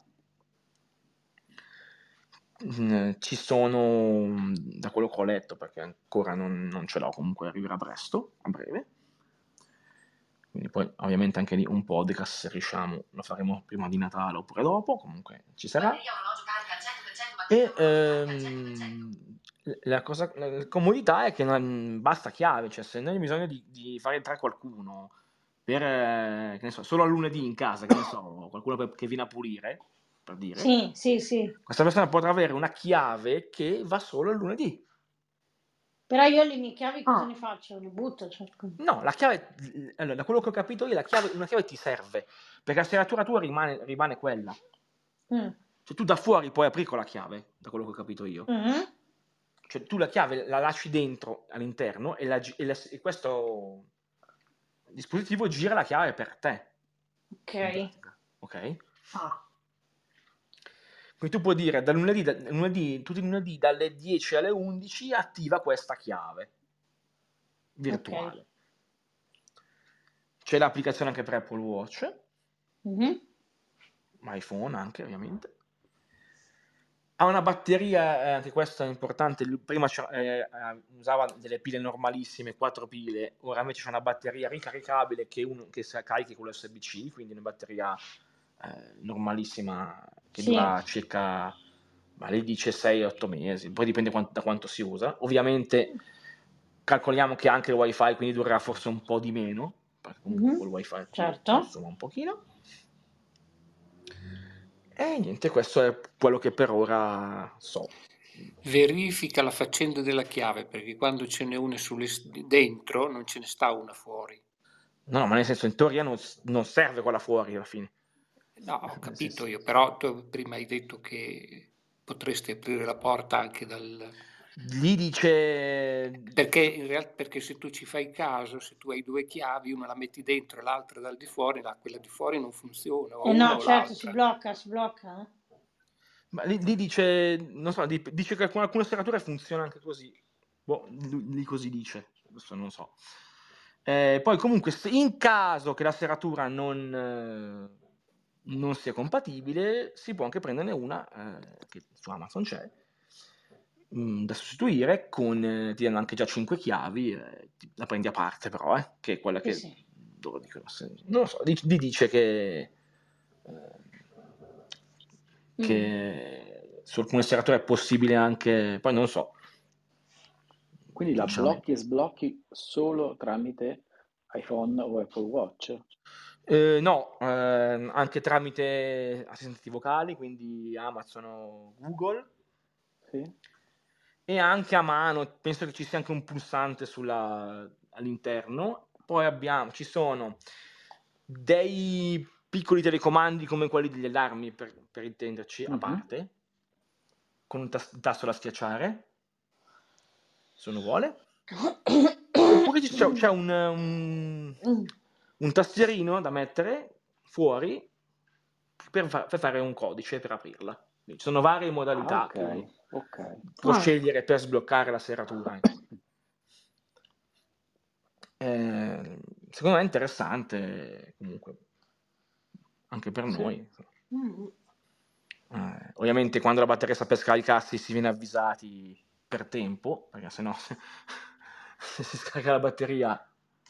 Ci sono, da quello che ho letto, perché ancora non ce l'ho, comunque arriverà presto, a breve. Quindi poi ovviamente anche lì un podcast, se riusciamo, lo faremo prima di Natale oppure dopo, comunque ci sarà. E la comodità è che non basta chiave, cioè se noi abbiamo bisogno di fare entrare qualcuno per, che ne so, solo a lunedì in casa, che ne so, qualcuno che viene a pulire, per dire, Sì, sì, sì. questa persona potrà avere una chiave che va solo il lunedì. Però io le mie chiavi cosa ne faccio? Le butto, certo. No, la chiave, allora, da quello che ho capito io, una chiave ti serve, perché la serratura tua rimane quella. Mm. Cioè tu da fuori puoi aprire con la chiave, da quello che ho capito io. Mhm. Cioè tu la chiave la lasci dentro all'interno e questo dispositivo gira la chiave per te. Ok. In pratica, ok? Ah. Quindi tu puoi dire tutti i lunedì dalle 10 alle 11 attiva questa chiave virtuale. Ok. C'è l'applicazione anche per Apple Watch, Mhm. iPhone anche ovviamente. Ha una batteria, anche questo è importante, prima usava delle pile normalissime, 4 pile, ora invece c'è una batteria ricaricabile che si carichi con l'USB-C, quindi una batteria normalissima che Sì. dura circa, ma lei dice 6-8 mesi, poi dipende da quanto si usa. Ovviamente calcoliamo che anche il wifi quindi durerà forse un po' di meno, perché comunque Mhm. col wifi Certo. consuma un pochino. E niente, questo è quello che per ora so. Verifica la faccenda della chiave, perché quando ce n'è una dentro non ce ne sta una fuori. No, ma nel senso, in teoria non serve quella fuori alla fine. No, ho Nel capito senso, io, però tu prima hai detto che potresti aprire la porta anche dal... lì dice... Perché se tu ci fai caso, se tu hai due chiavi, una la metti dentro e l'altra dal di fuori, quella di fuori non funziona, o una No, o certo, si l'altra. blocca. Ma lì dice, non so, dice che alcune serrature funzionano anche così. Boh, lì così dice, adesso non so. Poi comunque, in caso che la serratura non sia compatibile, si può anche prenderne una, che su Amazon c'è, da sostituire ti danno anche già 5 chiavi, la prendi a parte però, che è quella Sì, che sì. loro dicono, non lo so, dice che su alcune serrature è possibile anche, poi non so. Quindi la blocchi e sblocchi solo tramite iPhone o Apple Watch? No, anche tramite assistenti vocali, quindi Amazon o Google. Sì. E anche a mano, penso che ci sia anche un pulsante all'interno. Poi ci sono dei piccoli telecomandi come quelli degli allarmi, per intenderci, a parte, con un tasto da schiacciare, se uno vuole. Oppure c'è un tastierino da mettere fuori per fare un codice per aprirla. Quindi ci sono varie modalità che uno può scegliere per sbloccare la serratura. Secondo me è interessante comunque anche per noi. Ovviamente quando la batteria sta per scaricarsi si viene avvisati per tempo, perché sennò se si scarica la batteria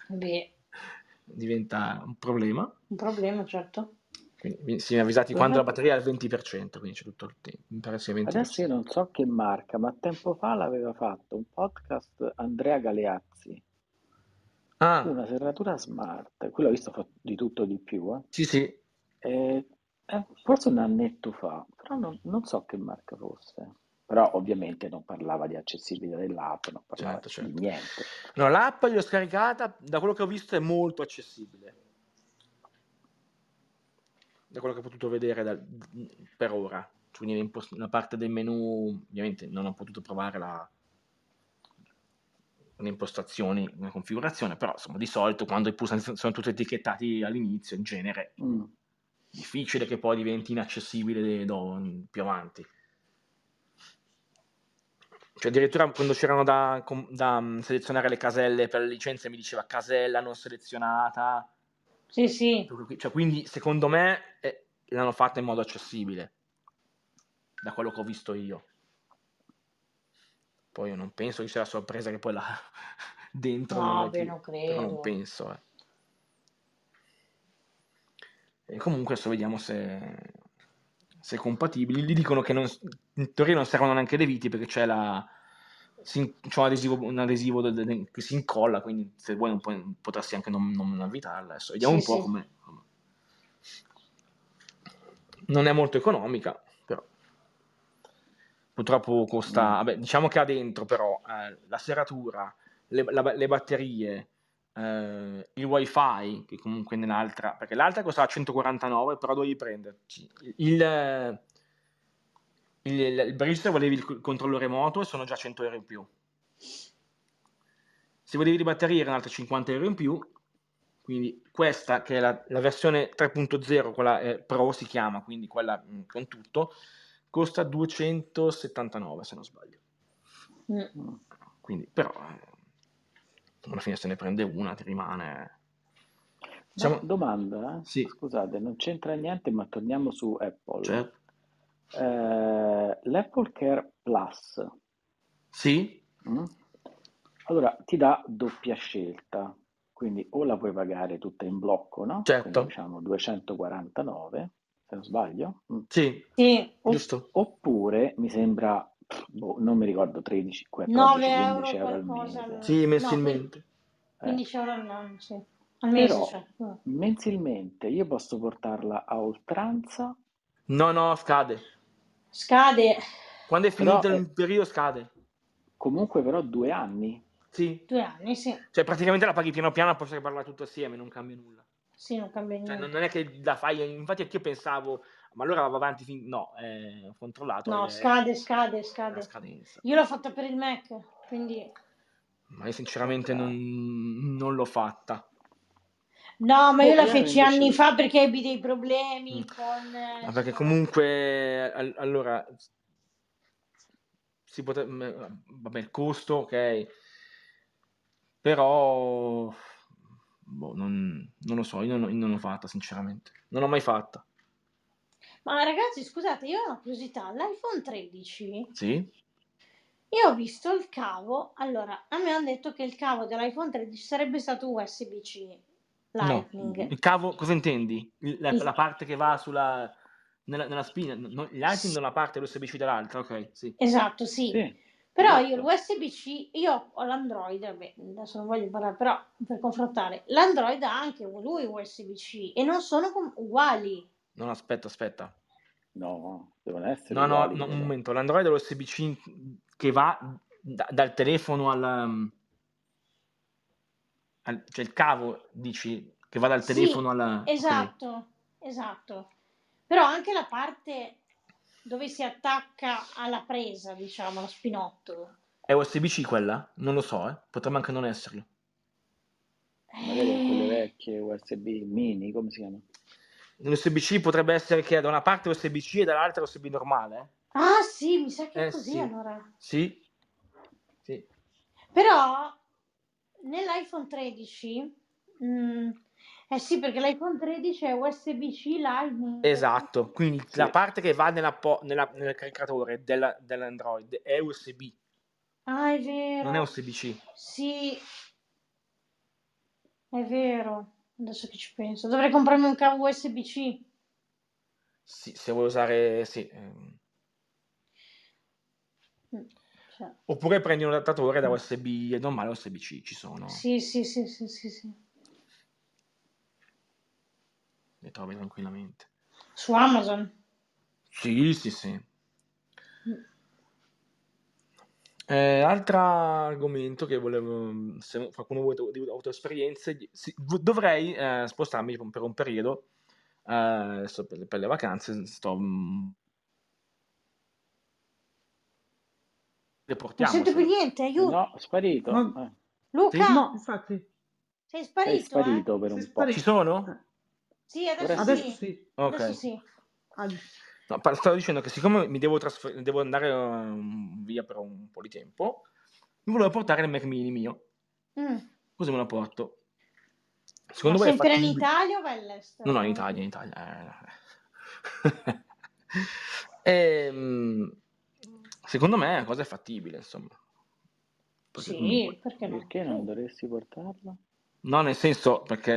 diventa un problema. Un problema, certo. Quindi si viene avvisati quando la batteria è al 20%, quindi c'è tutto il tempo. Mi pare sia 20%. Adesso io non so che marca, ma tempo fa l'aveva fatto un podcast Andrea Galeazzi. Una serratura smart, quello ho visto di tutto di più. Sì. Forse un annetto fa, però non so che marca fosse. Però ovviamente non parlava di accessibilità dell'app, non parlava di niente. No, l'app l'ho scaricata, da quello che ho visto è molto accessibile. Da quello che ho potuto vedere per ora. Quindi nella parte del menu, ovviamente non ho potuto provare le impostazioni, una configurazione, però insomma di solito quando i pulsanti sono tutti etichettati all'inizio, in genere difficile che poi diventi inaccessibile più avanti. Cioè addirittura quando c'erano da selezionare le caselle per le licenze mi diceva casella non selezionata. Sì. Cioè, quindi secondo me l'hanno fatta in modo accessibile, da quello che ho visto io. Poi io non penso che sia la sorpresa che poi là dentro non credo. Però non penso. E comunque adesso vediamo se è compatibile. Gli dicono che in teoria non servono neanche le viti perché c'è un adesivo che si incolla, quindi se vuoi potresti anche non avvitarla. Adesso vediamo un po' come. Non è molto economica, però purtroppo costa. Vabbè, diciamo che ha dentro però la serratura, le batterie, il wifi, che comunque nell'altra, perché l'altra costava 149, però dovevi prenderci il barista, volevi il controllo remoto e sono già 100 euro in più. Se volevi le batterie erano altri 50 euro in più. Quindi questa che è la versione 3.0, quella Pro si chiama, quindi quella con tutto, costa 279 se non sbaglio. Quindi però alla fine se ne prende una, ti rimane. Domanda, Sì. Scusate, non c'entra niente, ma torniamo su Apple. Certo. L'Apple Care Plus. Sì. Allora ti dà doppia scelta, quindi o la puoi pagare tutta in blocco, no? Certo. Quindi diciamo 249, se non sbaglio. Sì. Giusto. Oppure mi sembra, non mi ricordo, 13, 14, 9 15 euro al qualcosa. mese. Sì, mensilmente. 15 euro all'anno, sì. Al mese, Però, cioè. mensilmente io posso portarla a oltranza? No, scade. Quando è finito il periodo scade. Comunque però 2 anni. Sì. 2 anni, sì. Cioè praticamente la paghi piano piano, posso parlarla tutto assieme, non cambia nulla. Sì, non cambia niente. Cioè, non è che la fai, infatti anch'io pensavo, ma allora va avanti no, ho controllato. No, scade. Scadenza. Io l'ho fatta per il Mac, quindi. Ma io sinceramente non l'ho fatta. No, ma io la feci anni fa perché ebbi dei problemi Ma perché comunque allora si potrebbe, vabbè, il costo, ok, però non lo so, io non l'ho fatta sinceramente, non l'ho mai fatta. Ma ragazzi, scusate, io ho una curiosità, l'iPhone 13? Sì? Io ho visto il cavo, allora, a me hanno detto che il cavo dell'iPhone 13 sarebbe stato USB-C. Lightning. Il cavo, cosa intendi? La Il- parte che va nella spina, il Lightning da una parte e l'USB-C dall'altra, ok, sì. Esatto, sì. Sì, Però esatto. io l'USB-C, io ho l'Android, vabbè, adesso non voglio parlare, però per confrontare, l'Android ha anche lui USB-C e non sono uguali. No, aspetta. No, devono essere No, uguali, un però. momento, l'Android è l'USB-C che va dal telefono cioè il cavo, dici, che va dal Sì, telefono alla... ok. esatto. Però anche la parte dove si attacca alla presa, diciamo, allo spinotto. È USB-C quella? Non lo so, potrebbe anche non esserlo. Magari con quelle Eh, vecchie USB mini, come si chiama? L'USB-C potrebbe essere che da una parte USB-C e dall'altra USB normale. Ah sì, mi sa che è così Sì. allora. Sì. Però nell'iPhone 13, sì, perché l'iPhone 13 è USB-C Lightning. Esatto, quindi Sì. la parte che va nel caricatore dell'Android è USB, Ah, è vero. non è USB-C. Sì, è vero. Adesso che ci penso, dovrei comprarmi un cavo USB-C. Sì, se vuoi usare, sì. Cioè. Oppure prendi un adattatore da USB normale a USB-C, ci sono. Sì. Li trovi tranquillamente. Su Amazon. Sì. Altro argomento che volevo, se qualcuno vuole di autoesperienze, dovrei spostarmi per un periodo, adesso per le vacanze, le Non portiamo. sento più niente, aiuto. No, è sparito. No. Luca, Sì? No, infatti. sei sparito? Sei sparito per Sei un po'. sparito. Ci sono? Sì, adesso Ora Adesso sì. sì. Ok. Adesso sì. No, stavo dicendo che siccome mi devo andare via per un po' di tempo, mi volevo portare il Mac Mini mio, così me lo porto. Secondo Ma voi è sempre in fattibile? Italia o vai all'estero? No, in Italia. Secondo me la cosa è fattibile, insomma. Perché Sì, comunque... perché no? Perché non dovresti portarlo? No, nel senso, perché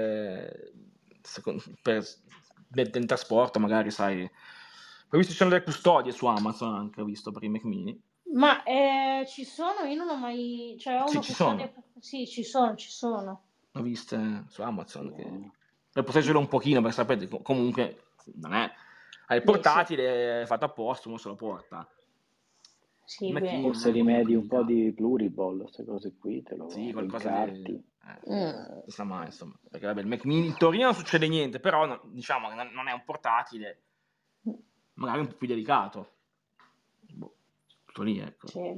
nel trasporto magari, sai... Ho visto ci sono delle custodie su Amazon anche, ho visto, per i Mac Mini. Ma ci sono? Io non ho mai... Cioè, ho Sì, una ci custodia... sono. Sì, ci sono. Ho viste su Amazon che... No. Per proteggerlo un pochino, perché sapete, comunque non è... Hai il Beh, portatile, è fatto apposta, uno se lo porta. Sì, Il Mac Mini beh. O non se è proprio rimedi un po' delicato. di Pluriball, queste cose qui, te Sì, lo qualcosa incarti. non sa mai, insomma. Perché vabbè, il Mac Mini in teoria non succede niente, però diciamo che non è un portatile, magari un po' più delicato. Tutto lì, ecco. Sì,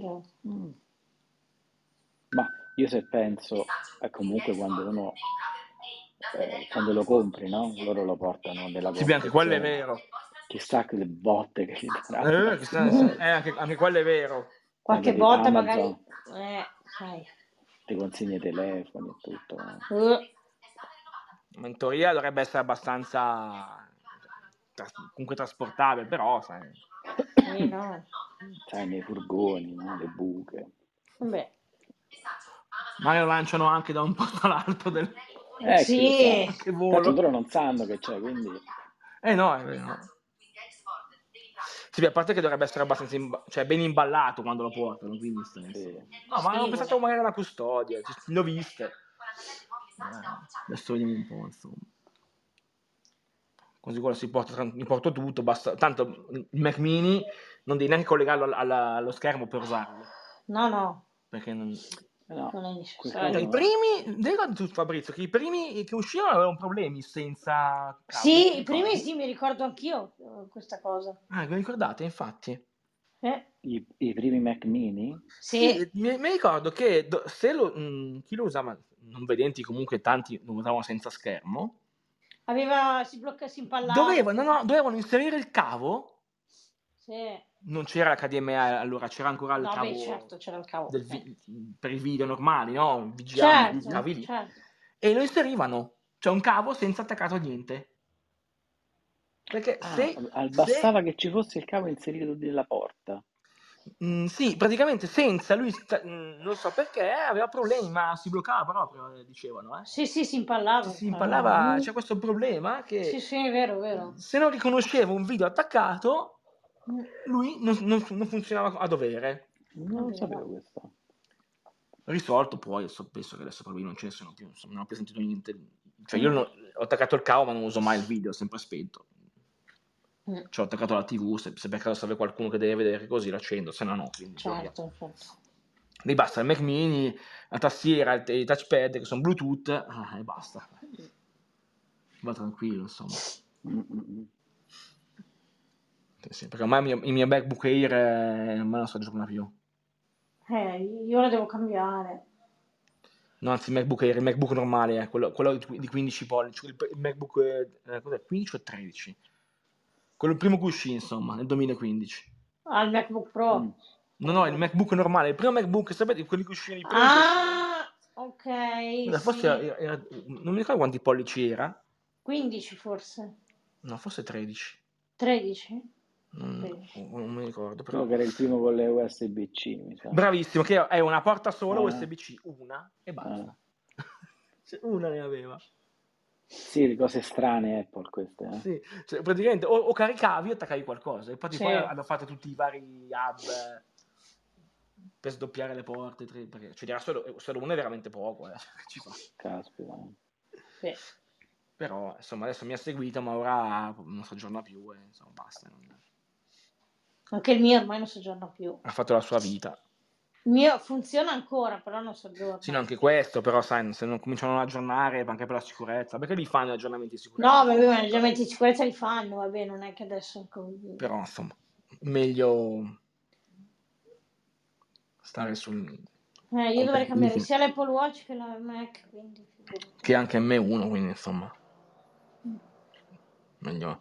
Ma io se penso, comunque quando uno, quando lo compri, no? Loro lo portano nella Sì, beh, anche quello è confezione. vero. Chissà che le botte che gli daranno. Anche quello è vero. qualche Magari volta Amazon magari... sai. ti consegna i telefoni e tutto. Ma in teoria dovrebbe essere abbastanza comunque trasportabile, però, sai. Sì, no. Sai, nei furgoni, no? Le buche. Vabbè. Ma lo lanciano anche da un posto all'altro del Sì. Chi lo sa. anche Tanto volo. loro non sanno che c'è, quindi... No, è vero. Sì, a parte che dovrebbe essere abbastanza cioè ben imballato quando lo portano, quindi Sì. No, ma Sì, ho pensato magari alla custodia, l'ho viste. Adesso vediamo un po', insomma. Così quello mi porto tutto, basta. Tanto il Mac Mini non devi neanche collegarlo allo schermo per usarlo. No. Perché non... No, Non è necessario. Cioè, i primi, ti ricordi tu, Fabrizio, che i primi che uscivano avevano problemi senza cavo? Sì, ti i primi ricordi? sì, mi ricordo anch'io questa cosa. Vi ricordate, infatti? I primi Mac Mini? Sì. Mi ricordo che chi lo usava, non vedenti comunque tanti lo usavano senza schermo, Si impallava. dovevano inserire il cavo, Sì. non c'era l'HDMI allora, c'era ancora il No, cavo beh, certo, c'era il cavo. per i video normali, no? VGA, Certo, cavi lì. certo. E lo inserivano, cioè un cavo senza attaccato a niente. Perché Bastava che ci fosse il cavo inserito nella porta. Sì, praticamente senza lui, non so perché, aveva problemi, ma si bloccava proprio, dicevano. Sì, si impallava. Si impallava, c'è questo problema Sì, che è vero. se non riconosceva un video attaccato, lui non funzionava a dovere. Non lo sapevo questo. Risolto poi, penso che adesso proprio non ce ne sono più, insomma, non ho più sentito niente. Cioè io ho attaccato il cavo ma non uso mai il video, è sempre spento. Ci ho attaccato la TV, se per caso serve qualcuno che deve vedere così l'accendo, se no no. Quindi certo. Mi basta il Mac mini, la tastiera, i touchpad che sono Bluetooth e basta. Va tranquillo, insomma. Sì, perché ormai il mio MacBook Air non si aggiorna più. Io la devo cambiare. No, anzi il MacBook Air, il MacBook normale, quello di 15 pollici, il MacBook cos'è, 15 o 13? Quello il primo che uscì, insomma, nel 2015. Il MacBook Pro. No, il MacBook normale, il primo MacBook, sapete, quelli che uscivano, i primi ok. Forse non mi ricordo quanti pollici era. 15 forse. No, forse 13. 13? Non mi ricordo. Però che era il primo con le USB-C, mi sa. Bravissimo, che è una porta sola USB-C, una e basta. Una ne aveva. Sì, cose strane Apple queste. Sì, cioè, praticamente o caricavi o attaccavi qualcosa. Infatti poi hanno fatto tutti i vari hub per sdoppiare le porte, perché ce n'era solo uno è veramente poco. Ci fa. Caspita. Sì. Però insomma adesso mi ha seguito, ma ora non si aggiorna più e insomma basta. Anche il mio ormai non si aggiorna più. Ha fatto la sua vita. Il mio funziona ancora, però non si aggiorna. Sì, no, anche questo, però sai, se non cominciano ad aggiornare anche per la sicurezza, perché li fanno gli aggiornamenti di sicurezza? No, vabbè, ma gli aggiornamenti di sicurezza li fanno, vabbè, non è che adesso... Però insomma, meglio stare sul... io dovrei cambiare sia l'Apple Watch che la Mac, quindi... Che anche M1, quindi insomma... Meglio...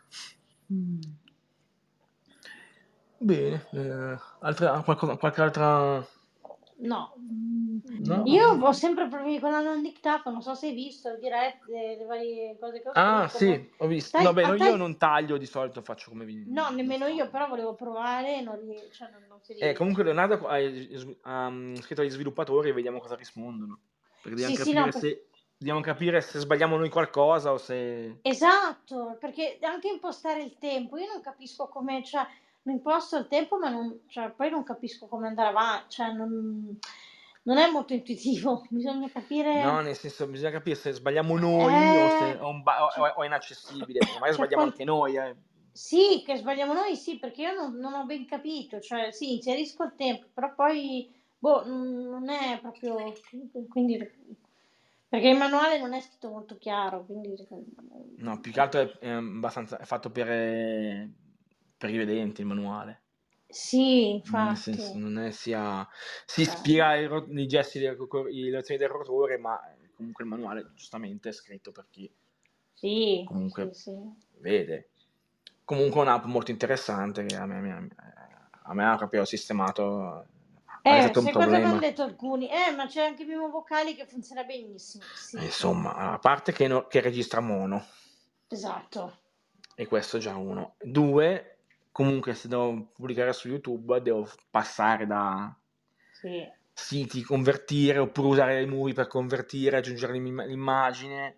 Bene, qualche altra... No. Io ho sempre problemi con la non dictato, non so se hai visto le varie cose che ho scritto. Sì, ho visto. No, beh, io non taglio, di solito faccio come vi... No, nemmeno io, però volevo provare, non si riesce. Comunque Leonardo ha scritto agli sviluppatori e vediamo cosa rispondono. Perché dobbiamo capire se sbagliamo noi qualcosa o se... Esatto, perché anche impostare il tempo, io non capisco come, cioè, mi imposto il tempo, ma poi non capisco come andare avanti, cioè, non è molto intuitivo, bisogna capire... No, nel senso, bisogna capire se sbagliamo noi o se è inaccessibile, magari sbagliamo anche noi. Sì, che sbagliamo noi, sì, perché io non ho ben capito, cioè, sì, inserisco il tempo, però poi, non è proprio, quindi, perché il manuale non è scritto molto chiaro, quindi... No, più che altro è abbastanza, è fatto per i vedenti il manuale. Sì, infatti. Nel senso, non è si spiega i gesti, le azioni del rotore, ma comunque il manuale giustamente è scritto per chi comunque vede. Comunque è un'app molto interessante che a me ha proprio sistemato. Sai cosa mi hanno detto alcuni? Ma c'è anche Mimo Vocali che funziona benissimo. Sì. Insomma, a parte che registra mono. Esatto. E questo è già uno. 2, comunque se devo pubblicare su YouTube devo passare da siti, convertire, oppure usare i muri per convertire, aggiungere l'immagine,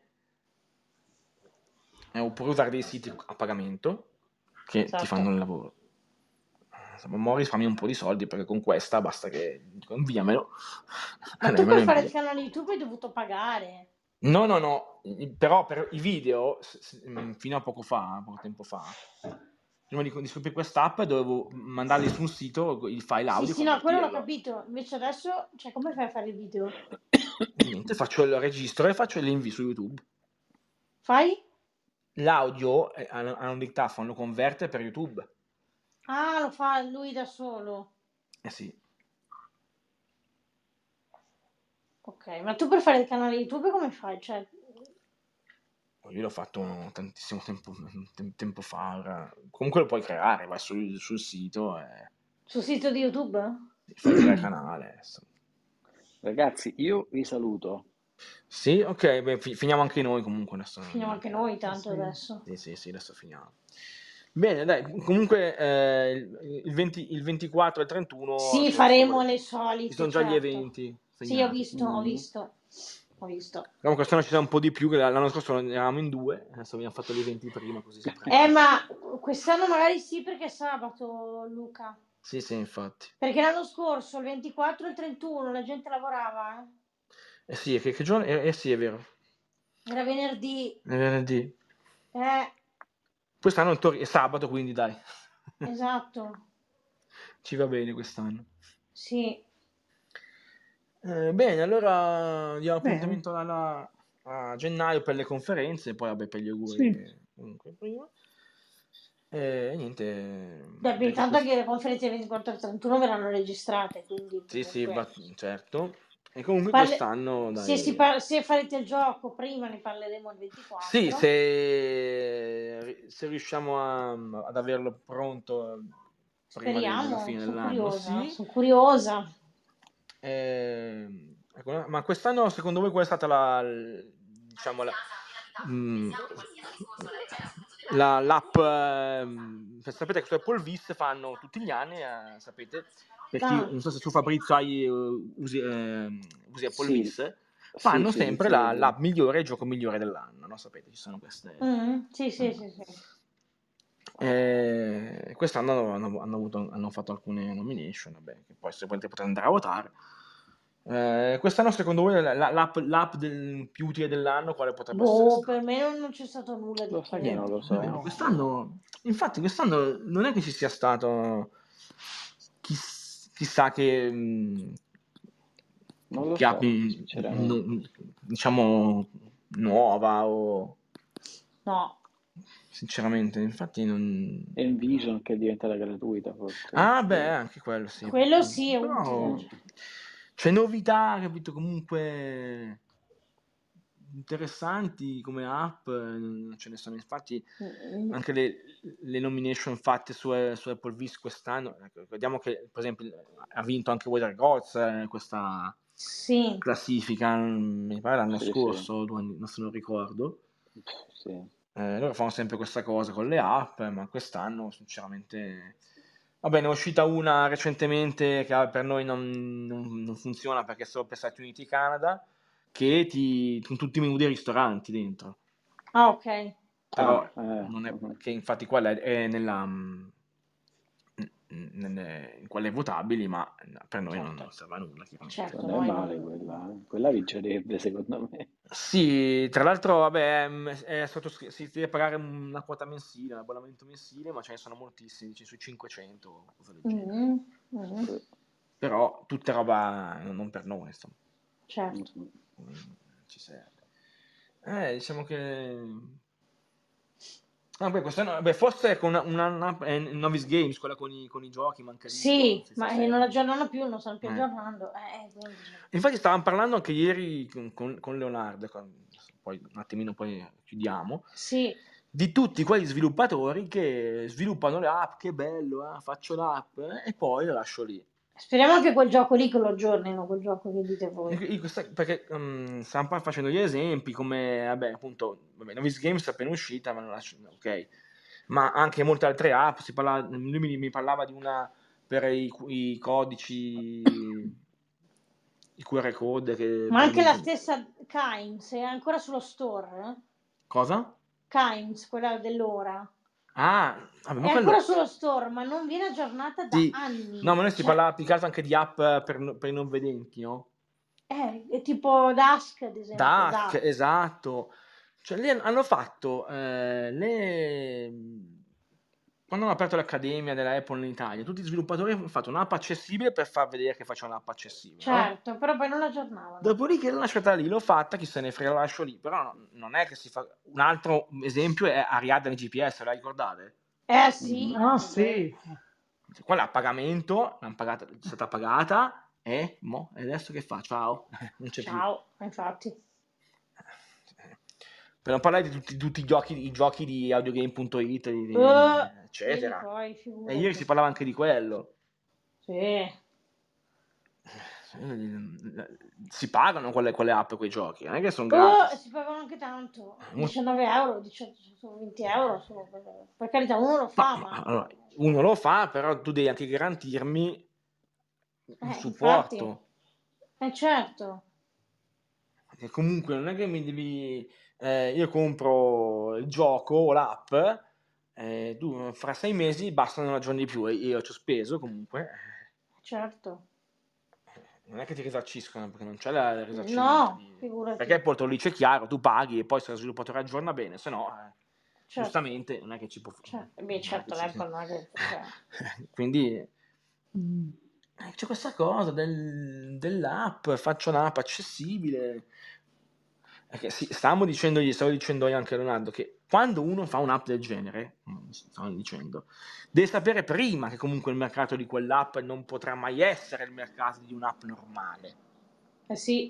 oppure usare dei siti a pagamento che ti fanno il lavoro. Insomma, mo risparmi un po' di soldi perché con questa basta che dico inviamelo. Ma tu per fare il canale YouTube hai dovuto pagare? No, però per i video fino a poco tempo fa, prima di scoprire quest'app dovevo mandarli su un sito il file audio. Sì, no, quello l'ho capito. Invece adesso, cioè, come fai a fare il video? Niente, faccio il registro e faccio l'invio su YouTube. Fai? L'audio a un dictaphone lo converte per YouTube. Ah, lo fa lui da solo. Sì. Ok, ma tu per fare il canale YouTube come fai? Cioè... Io l'ho fatto tantissimo tempo fa. Comunque lo puoi creare, vai sul sito. Sul sito di YouTube? Fai il canale. Ragazzi, io vi saluto. Sì, ok, finiamo anche noi comunque adesso. Finiamo anche noi tanto adesso. Sì, adesso finiamo. Bene, dai, comunque il 24 e il 31 Sì, faremo le solite, ci sono già gli certo. eventi Sì, ho segnati. visto. Comunque quest'anno ci siamo un po' di più, che l'anno scorso eravamo in 2, adesso abbiamo fatto gli eventi prima, così si prepara. Ma quest'anno magari sì, perché è sabato, Luca. Sì, infatti. Perché l'anno scorso, il 24 e il 31, la gente lavorava, Sì, che giorno? Sì, è vero. Era venerdì. È venerdì. Quest'anno è sabato, quindi dai. Esatto. Ci va bene quest'anno. Sì. Bene, allora diamo appuntamento a gennaio per le conferenze, poi vabbè per gli auguri comunque prima. E niente. Beh, intanto anche le conferenze 24 e 31 verranno registrate, quindi Sì, comunque... certo. E comunque quest'anno dai. Se farete il gioco prima ne parleremo il 24. Sì, se riusciamo ad averlo pronto prima della fine dell'anno, sì. Sono curiosa. Ma quest'anno secondo voi qual è stata l'app? Sapete che su Apple Vis fanno tutti gli anni, sapete, per chi, non so se tu Fabrizio usi Apple Vis, fanno sempre l'app migliore e il gioco migliore dell'anno, no? Sapete, ci sono queste. Sì. Quest'anno hanno fatto alcune nomination, vabbè, che poi se potete andare a votare. Quest'anno secondo voi l'app più utile dell'anno quale potrebbe essere? Per me non c'è stato nulla di che non lo so. Quest'anno non è che ci sia stato chissà che non lo so, sinceramente. diciamo nuova o no. Sinceramente, infatti non. Envision che è diventata gratuita forse. Anche quello sì. Quello sì è Però utile. c'è novità, capito? Comunque interessanti come app, non ce ne sono. Infatti anche le nomination fatte su Apple Vis quest'anno, vediamo che per esempio ha vinto anche Weather Gods questa classifica, mi pare l'anno scorso, 2 anni, se non ricordo. Sì. Loro fanno sempre questa cosa con le app, ma quest'anno sinceramente. Va bene, è uscita una recentemente che per noi non funziona perché è solo per Stati Uniti e Canada, con tutti i menu dei ristoranti dentro. Ok. Però non è che infatti quella è in quelle votabili, ma per noi non serve a nulla. Certo, non è male quella vincerebbe secondo me. Sì, tra l'altro vabbè, si deve pagare una quota mensile, un abbonamento mensile, ma ce ne sono moltissimi, su 500, cosa del genere. Però tutta roba non per noi, insomma. Certo. Ci serve. Diciamo che. Forse con una Novice Games, quella con i giochi, manca sì, ma non aggiornano più, non stanno più aggiornando. Infatti stavamo parlando anche ieri con Leonardo, poi un attimino poi chiudiamo, di tutti quegli sviluppatori che sviluppano le app, che bello, faccio l'app e poi lo lascio lì. Speriamo che quel gioco lì che lo aggiornino, quel gioco che dite voi. Perché stiamo facendo gli esempi come, appunto, Novice Games è appena uscita, ma non lascio, ok. Ma anche molte altre app, lui mi parlava di una per i codici, i QR code. Ma anche la stessa Kimes è ancora sullo store? Cosa? Kimes, quella dell'ora. È ancora sullo store, ma non viene aggiornata da anni. No, ma noi si parlava più che altro anche di app per i non vedenti, no? È tipo Dask, ad esempio. Dask, esatto. Cioè, lì hanno fatto quando hanno aperto l'accademia della Apple in Italia, tutti gli sviluppatori hanno fatto un'app accessibile per far vedere che facevano un'app accessibile. Certo, no? Però poi non l'aggiornavano. Dopodiché l'ho lasciata lì, l'ho fatta, chi se ne frega, la lascio lì. Però non è che si fa. Un altro esempio è Ariadne GPS, la ricordate? Sì. Sì. Quella a pagamento, è stata pagata e adesso che fa? Ciao. Non c'è Ciao, infatti. Per non parlare di tutti i giochi di audiogame.it, eccetera. E ieri si parlava anche di quello. Sì. si pagano quelle app, quei giochi, non è che sono gratis. Si pagano anche tanto, 19 euro, 20 euro, per carità, uno lo fa, ma... Allora, uno lo fa, però tu devi anche garantirmi un supporto. Certo. E comunque non è che mi devi... io compro il gioco o l'app, tu fra 6 mesi bastano una giorno di più e io ci ho speso comunque. Certo. Non è che ti risarciscono, perché non c'è la risarcimento. No, figurati. Perché poi lì c'è chiaro, tu paghi e poi se lo sviluppatore aggiorna bene, se no, giustamente non è che ci può... certo, l'Apple non è che... Quindi c'è questa cosa dell'app, faccio un'app accessibile. Stavo dicendo io anche a Leonardo che quando uno fa un'app del genere, stavano dicendo, deve sapere prima che comunque il mercato di quell'app non potrà mai essere il mercato di un'app normale. Sì.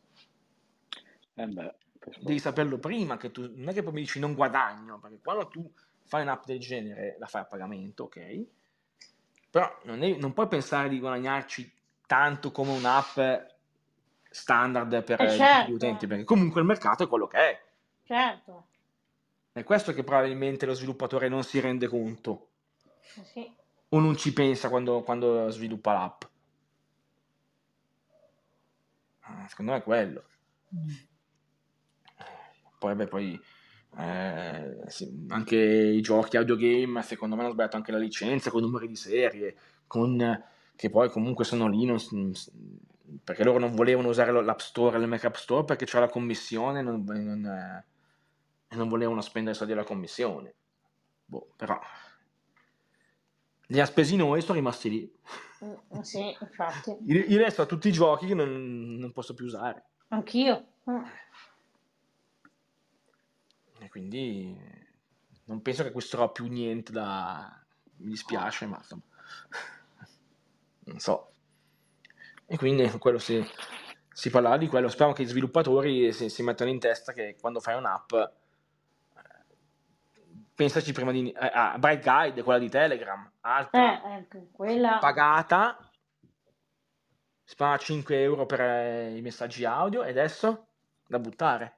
Devi saperlo prima, che tu non è che poi mi dici non guadagno, perché quando tu fai un'app del genere la fai a pagamento, ok? Però non puoi pensare di guadagnarci tanto come un'app standard per gli utenti, perché comunque il mercato è quello che è. Certo. È questo che probabilmente lo sviluppatore non si rende conto. Sì. O non ci pensa quando sviluppa l'app. Secondo me è quello. Poi anche i giochi audio game, secondo me hanno sbagliato anche la licenza con numeri di serie, che poi comunque sono lì, perché loro non volevano usare l'App Store e il Mac App Store perché c'era la commissione e non volevano spendere soldi alla commissione. Però li ha spesi noi, sono rimasti lì. Sì, infatti. Io adesso ho tutti i giochi che non posso più usare. Anch'io. E quindi non penso che acquisterò più niente mi dispiace, ma insomma, non so. E quindi quello si parlava di quello. Speriamo che gli sviluppatori si mettano in testa che quando fai un'app pensaci prima di... Bright Guide, quella di Telegram, altra, quella... pagata, si paga 5 euro per i messaggi audio e adesso da buttare.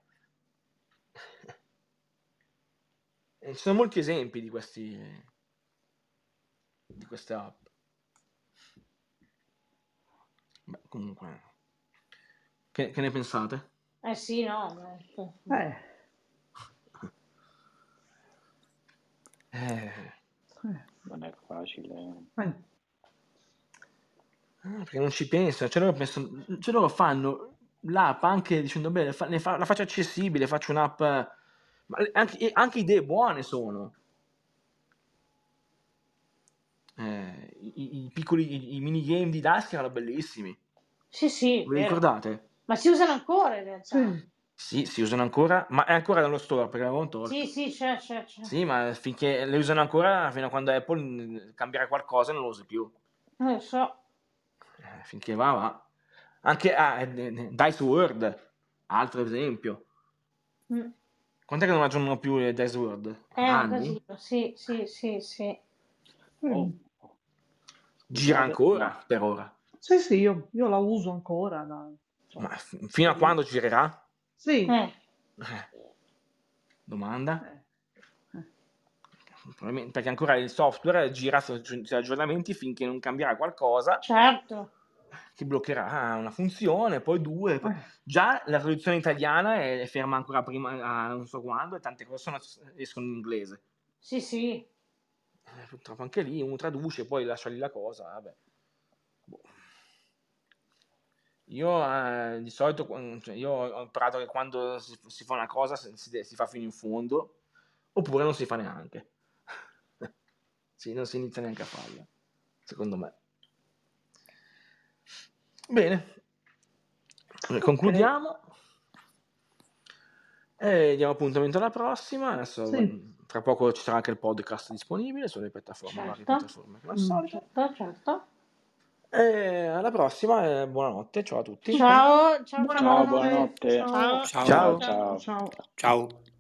E ci sono molti esempi di queste app. Beh, comunque, che ne pensate? Sì, no. Non è facile. Perché non ci pensano, loro fanno l'app anche dicendo bene, la faccio accessibile, faccio un'app, ma anche idee buone sono. I piccoli minigame di Dask erano bellissimi. Sì. Vi ricordate? Ma si usano ancora in realtà. Sì, si usano ancora, ma è ancora nello store perché l'avevano tolto. Sì, c'è. Sì, ma finché le usano ancora, fino a quando Apple cambierà qualcosa non lo usi più. Non lo so. Finché va. Anche Dice World, altro esempio. Quant'è che non aggiornano più le Dice World? Anni? Sì. Gira ancora per ora. Sì, io la uso ancora. Ma fino a quando girerà? Sì. Domanda? Perché ancora il software gira sugli aggiornamenti finché non cambierà qualcosa. Certo. Che bloccherà una funzione, poi due. Già la traduzione italiana è ferma ancora prima, non so quando, e tante cose escono in inglese. Sì. Purtroppo anche lì uno traduce, poi lascia lì la cosa, vabbè. Io di solito io ho imparato che quando si fa una cosa si fa fino in fondo, oppure non si fa neanche. Sì, non si inizia neanche a farla, secondo me. Bene, concludiamo e diamo appuntamento alla prossima. Adesso tra poco ci sarà anche il podcast disponibile sulle piattaforme, varie piattaforme come al solito. Certo. E alla prossima e buonanotte, ciao a tutti. Ciao. Buonanotte. Ciao. Ciao.